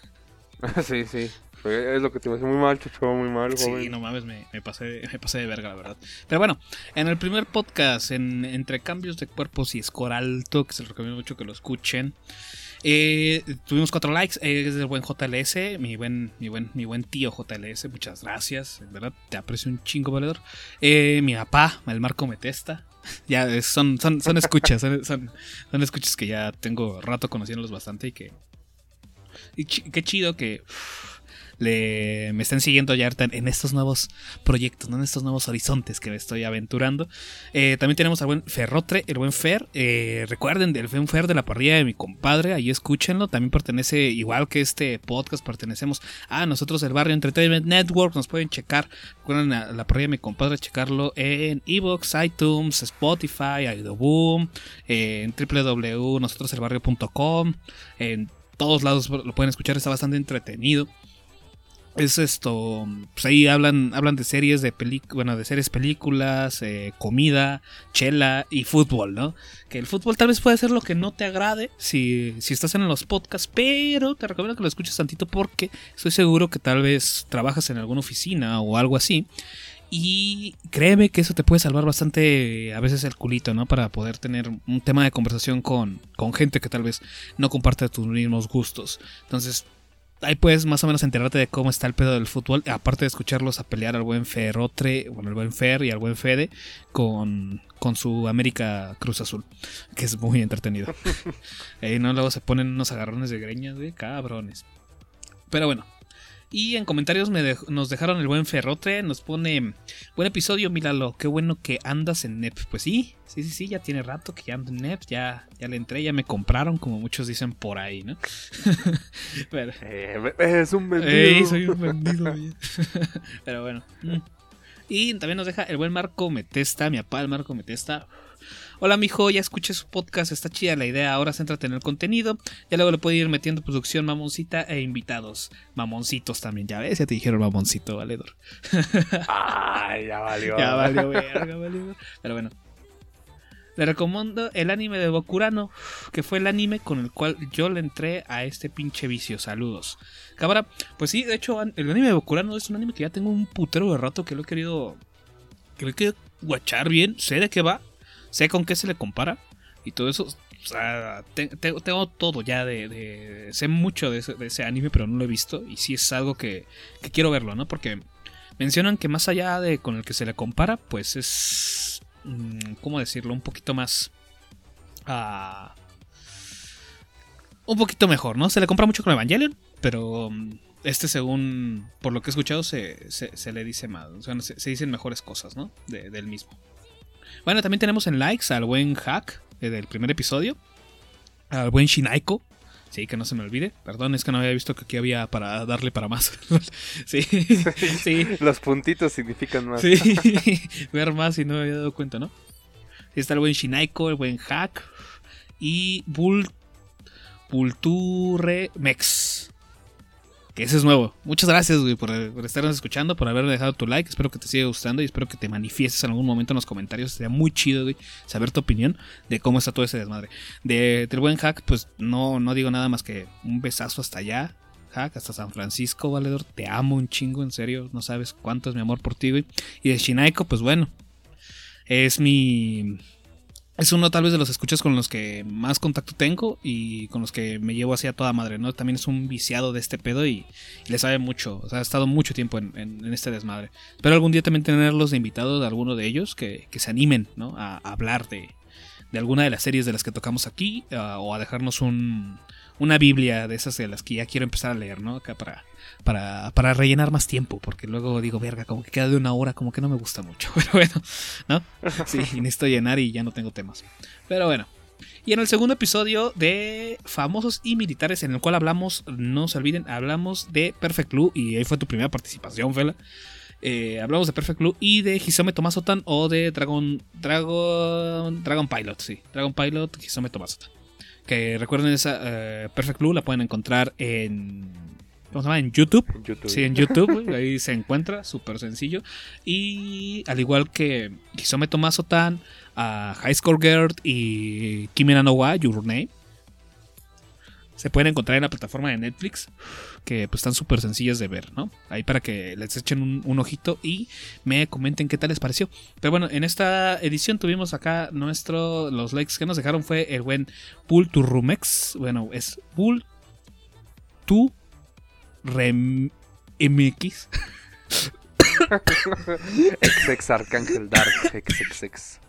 Sí, sí. Es lo que te iba a decir, muy mal, Chucho, muy mal, joven. Sí, no mames, me pasé de verga, la verdad. Pero bueno, en el primer podcast, entre cambios de cuerpos y score alto, que se les recomiendo mucho que lo escuchen, tuvimos 4 likes, es del buen JLS, mi buen tío JLS, muchas gracias, en verdad, te aprecio un chingo, valedor. Mi papá, el Marco Metesta, ya son escuchas, son escuchas que ya tengo rato conociéndolos bastante y qué chido que... me estén siguiendo ya en estos nuevos proyectos, ¿no? En estos nuevos horizontes que me estoy aventurando. También tenemos al buen Ferrotre, el buen Fer. Recuerden del buen Fer de la parrilla de mi compadre, ahí escúchenlo. También pertenece, igual que este podcast, pertenecemos a nosotros, el Barrio Entertainment Network. Nos pueden checar, recuerden a la parrilla de mi compadre, checarlo en iVoox, iTunes, Spotify, Audioboom, en www.nosotroselbarrio.com. En todos lados lo pueden escuchar, está bastante entretenido. Es pues ahí hablan de series, de series, películas, comida, chela y fútbol, ¿no? Que el fútbol tal vez puede ser lo que no te agrade si estás en los podcasts, pero te recomiendo que lo escuches tantito porque estoy seguro que tal vez trabajas en alguna oficina o algo así. Y créeme que eso te puede salvar bastante a veces el culito, ¿no? Para poder tener un tema de conversación con gente que tal vez no comparte tus mismos gustos. Entonces, ahí puedes más o menos enterarte de cómo está el pedo del fútbol. Aparte de escucharlos a pelear al buen Ferrotre, bueno, al buen Fer y al buen Fede con su América Cruz Azul, que es muy entretenido. ¿No? Luego se ponen unos agarrones de greñas, güey, cabrones. Pero bueno. Y en comentarios nos dejaron el buen Ferrotre, nos pone: buen episodio, míralo, qué bueno que andas en NEP. Pues sí, ya tiene rato que ya ando en NEP, ya le entré, ya me compraron, como muchos dicen por ahí, ¿no? Pero, es un vendido. Soy un vendido. Pero bueno. Y también nos deja el buen Marco Metesta, mi papá, el Marco Metesta. Hola mijo, ya escuché su podcast, está chida la idea, ahora céntrate en el contenido. Ya luego le puedo ir metiendo producción mamoncita e invitados. Mamoncitos también, ya ves, ya te dijeron mamoncito, valedor. Ay, ya valió. Ya valió, verga, valió. Pero bueno. Le recomiendo el anime de Bokurano, que fue el anime con el cual yo le entré a este pinche vicio. Saludos. Cámara, pues sí, de hecho, el anime de Bokurano es un anime que ya tengo un putero de rato que lo he querido guachar bien, sé de qué va. Sé con qué se le compara y todo eso. O sea, tengo todo ya sé mucho de ese anime, pero no lo he visto. Y sí es algo que quiero verlo, ¿no? Porque mencionan que más allá de con el que se le compara, pues es... ¿cómo decirlo? Un poquito más... un poquito mejor, ¿no? Se le compara mucho con Evangelion, pero... según... por lo que he escuchado, se le dice más. O sea, se dicen mejores cosas, ¿no? Del mismo. Bueno, también tenemos en likes al buen Hack del primer episodio, al buen Shinaiko, sí, que no se me olvide, perdón, es que no había visto que aquí había para darle para más. Sí. Los puntitos significan más. Sí, ver más y no me había dado cuenta, ¿no? Sí, está el buen Shinaiko, el buen Hack y Vulture Mex. Que ese es nuevo. Muchas gracias, güey, por estarnos escuchando, por haber dejado tu like. Espero que te siga gustando y espero que te manifiestes en algún momento en los comentarios. Sería muy chido, güey, saber tu opinión de cómo está todo ese desmadre. Del buen Hack, pues no digo nada más que un besazo hasta allá. Hack, hasta San Francisco, valedor. Te amo un chingo, en serio. No sabes cuánto es mi amor por ti, güey. Y de Shinaiko, pues bueno. Es uno tal vez de los escuchas con los que más contacto tengo y con los que me llevo así a toda madre, ¿no? También es un viciado de este pedo y le sabe mucho, o sea, ha estado mucho tiempo en este desmadre. Espero algún día también tenerlos de invitados de alguno de ellos que se animen, ¿no? A hablar de alguna de las series de las que tocamos aquí o a dejarnos una biblia de esas de las que ya quiero empezar a leer, ¿no? Acá para rellenar más tiempo, porque luego digo, verga, como que queda de 1 hora, como que no me gusta mucho, pero bueno, ¿no? Sí, y necesito llenar y ya no tengo temas. Pero bueno. Y en el segundo episodio de Famosos y Militares, en el cual hablamos, no se olviden, hablamos de Perfect Blue, y ahí fue tu primera participación, Fela. Hablamos de Perfect Blue y de Hisome Tomasotan o de Dragon Pilot, sí, Dragon Pilot, Hisome Tomasotan. Que recuerden esa Perfect Blue la pueden encontrar ¿cómo se llama? En YouTube. Sí, en YouTube, ahí se encuentra, súper sencillo. Y al igual que Hisome Tomasotan, High Score Girl y Kimi no wa Your Name, se pueden encontrar en la plataforma de Netflix, que pues están súper sencillas de ver, ¿no? Ahí para que les echen un ojito y me comenten qué tal les pareció. Pero bueno, en esta edición tuvimos acá los likes que nos dejaron fue el buen Pulturrumex. Bueno, es MX. XX Arcángel Dark XXX.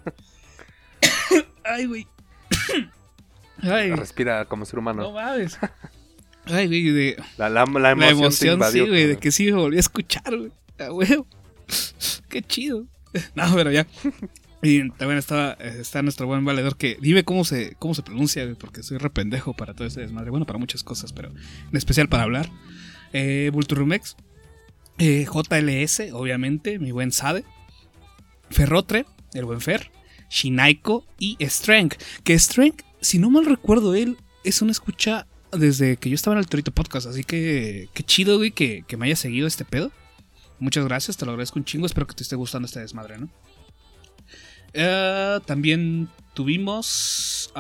Ay, güey. Ay. Respira como ser humano. No mames. Ay, güey, La la emoción te emoción, invadió, sí, güey, de cabrón. que sí me volví a escuchar, güey. A huevo. Qué chido. No, pero ya. Y también está nuestro buen valedor que dime cómo se pronuncia, güey, porque soy re pendejo para todo ese desmadre. Bueno, para muchas cosas, pero en especial para hablar. Vulturumex. JLS, obviamente, mi buen Sade. Ferrotre, el buen Fer. Shinaiko y Strength. Que Strength, si no mal recuerdo, él es una escucha desde que yo estaba en el Torito Podcast. Así que qué chido, güey, que me haya seguido este pedo. Muchas gracias, te lo agradezco un chingo. Espero que te esté gustando este desmadre, ¿no? También tuvimos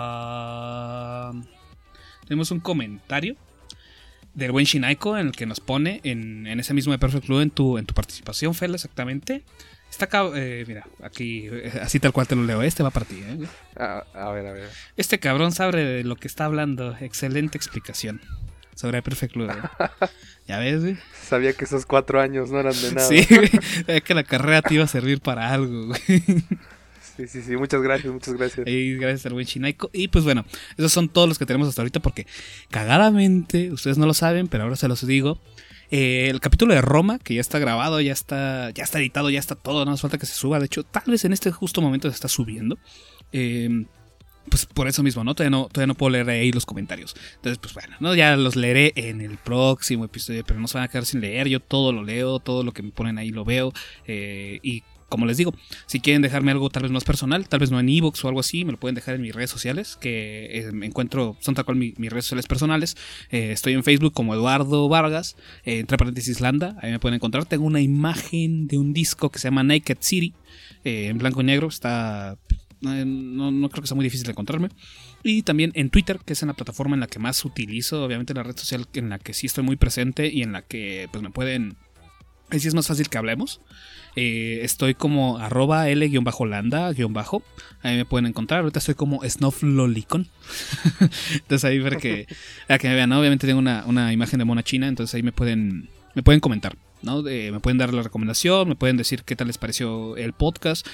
un comentario del buen Shinaiko en el que nos pone en ese mismo de Perfect Blue en tu participación, Fel, exactamente. Está acá, mira, aquí, así tal cual te lo leo. Este va para ti, ¿eh? A ver. Este cabrón sabe de lo que está hablando. Excelente explicación sobre Perfect Blue, ¿eh? Ya ves, güey. Sabía que esos 4 años no eran de nada. Sí, güey. Sabía que la carrera te iba a servir para algo, güey. Sí, muchas gracias. Y gracias al buen Shinaiko. Y pues bueno, esos son todos los que tenemos hasta ahorita porque cagadamente, ustedes no lo saben, pero ahora se los digo. El capítulo de Roma, que ya está grabado, ya está editado, ya está todo, no hace falta que se suba. De hecho, tal vez en este justo momento se está subiendo. Pues por eso mismo, ¿no? Todavía no puedo leer ahí los comentarios. Entonces, pues bueno, ¿no? Ya los leeré en el próximo episodio, pero no se van a quedar sin leer. Yo todo lo leo, todo lo que me ponen ahí lo veo. Y como les digo, si quieren dejarme algo tal vez más personal, tal vez no en iVoox o algo así, me lo pueden dejar en mis redes sociales, que me encuentro, son tal cual mis redes sociales personales. Estoy en Facebook como Eduardo Vargas, entre paréntesis Landa, ahí me pueden encontrar. Tengo una imagen de un disco que se llama Naked City, en blanco y negro, está... No creo que sea muy difícil de encontrarme. Y también en Twitter, que es en la plataforma en la que más utilizo, obviamente la red social en la que sí estoy muy presente y en la que pues me pueden... Ahí sí es más fácil que hablemos. Estoy como @L_Landa_. Ahí me pueden encontrar. Ahorita estoy como Snowflolicon. Entonces ahí para que me vean, ¿no? Obviamente tengo una imagen de mona china. Entonces ahí me pueden comentar, ¿no? Me pueden dar la recomendación. Me pueden decir qué tal les pareció el podcast.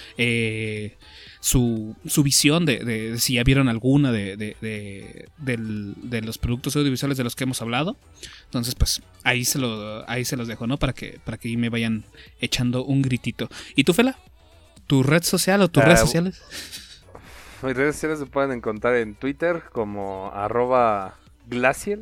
Su visión de si ya vieron alguna de los productos audiovisuales de los que hemos hablado. Entonces pues ahí se los dejo, ¿no? Para que ahí me vayan echando un gritito. ¿Y tú, Fela? ¿Tu red social o tus redes sociales? Mis redes sociales se pueden encontrar en Twitter como @Glaciel,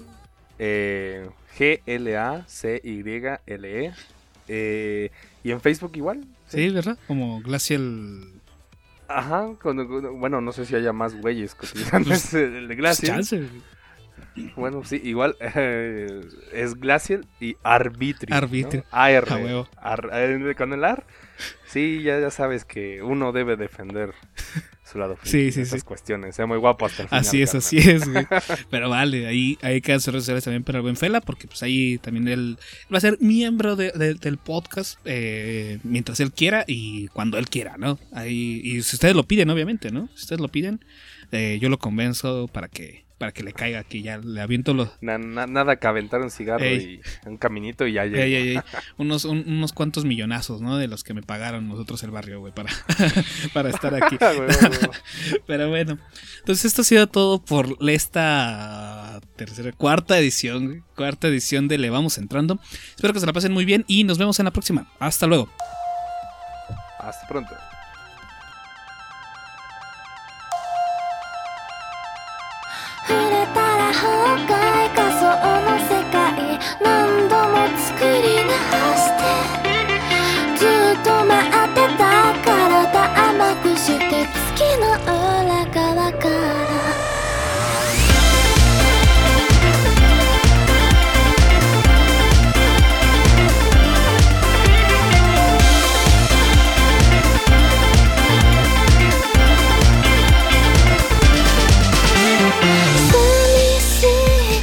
GLACYLE, y en Facebook igual. Sí, ¿verdad? Como Glacial. Ajá, bueno, no sé si haya más güeyes que utilizan el de Glaciel. Chance. Bueno, sí, igual es Glaciel y Arbitri. Arbitri. ¿No? AR. A huevo. Con el AR, sí, ya sabes que uno debe defender su lado Sí, en esas cuestiones. Sea muy guapo hasta el final. Así es, güey. Pero vale, ahí quedan sus redes sociales también para el buen Fela, porque pues ahí también él va a ser miembro del podcast mientras él quiera y cuando él quiera, ¿no? Ahí, y si ustedes lo piden, obviamente, ¿no? Si ustedes lo piden, yo lo convenzo para que le caiga aquí, ya le aviento los... Nada que aventar un cigarro y un caminito y ya llega. Unos cuantos millonazos, ¿no? De los que me pagaron nosotros el barrio, güey, para estar aquí. Pero bueno, entonces esto ha sido todo por esta cuarta edición de Le Vamos Entrando. Espero que se la pasen muy bien y nos vemos en la próxima. Hasta luego. Hasta pronto. 触れたら崩壊仮想の世界何度も作り直してずっと待ってた体甘くして月の裏側から寂しい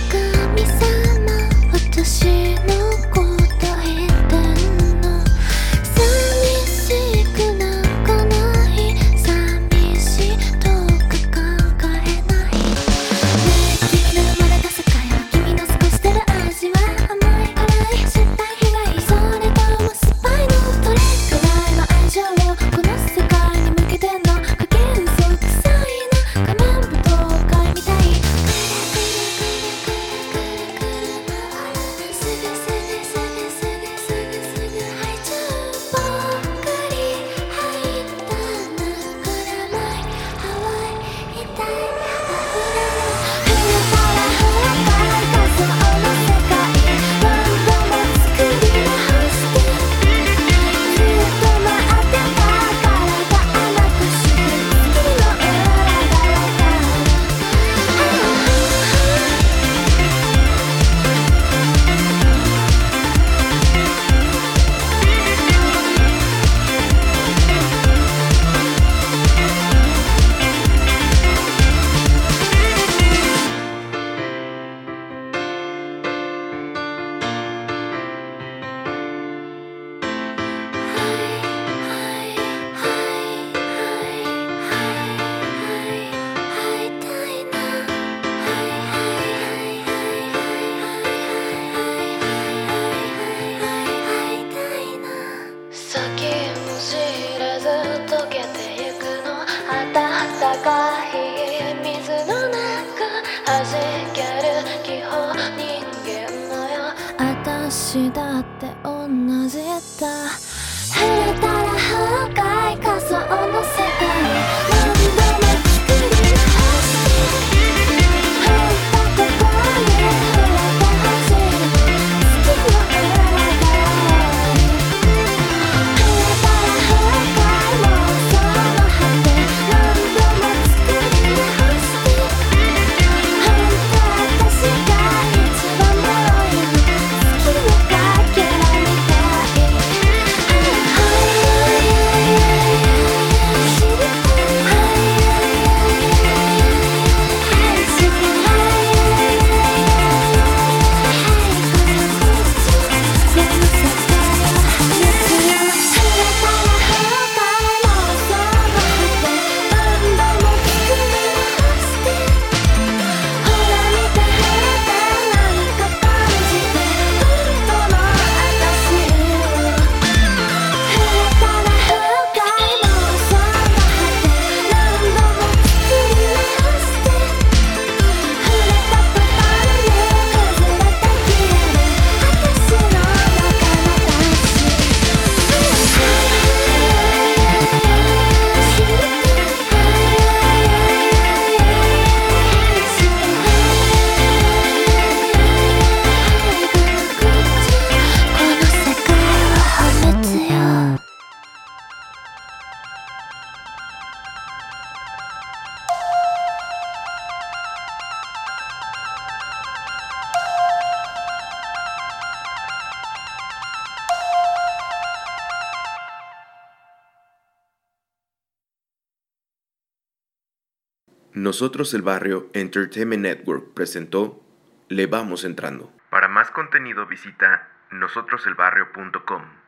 Nosotros el Barrio Entertainment Network presentó Le Vamos Entrando. Para más contenido visita nosotroselbarrio.com.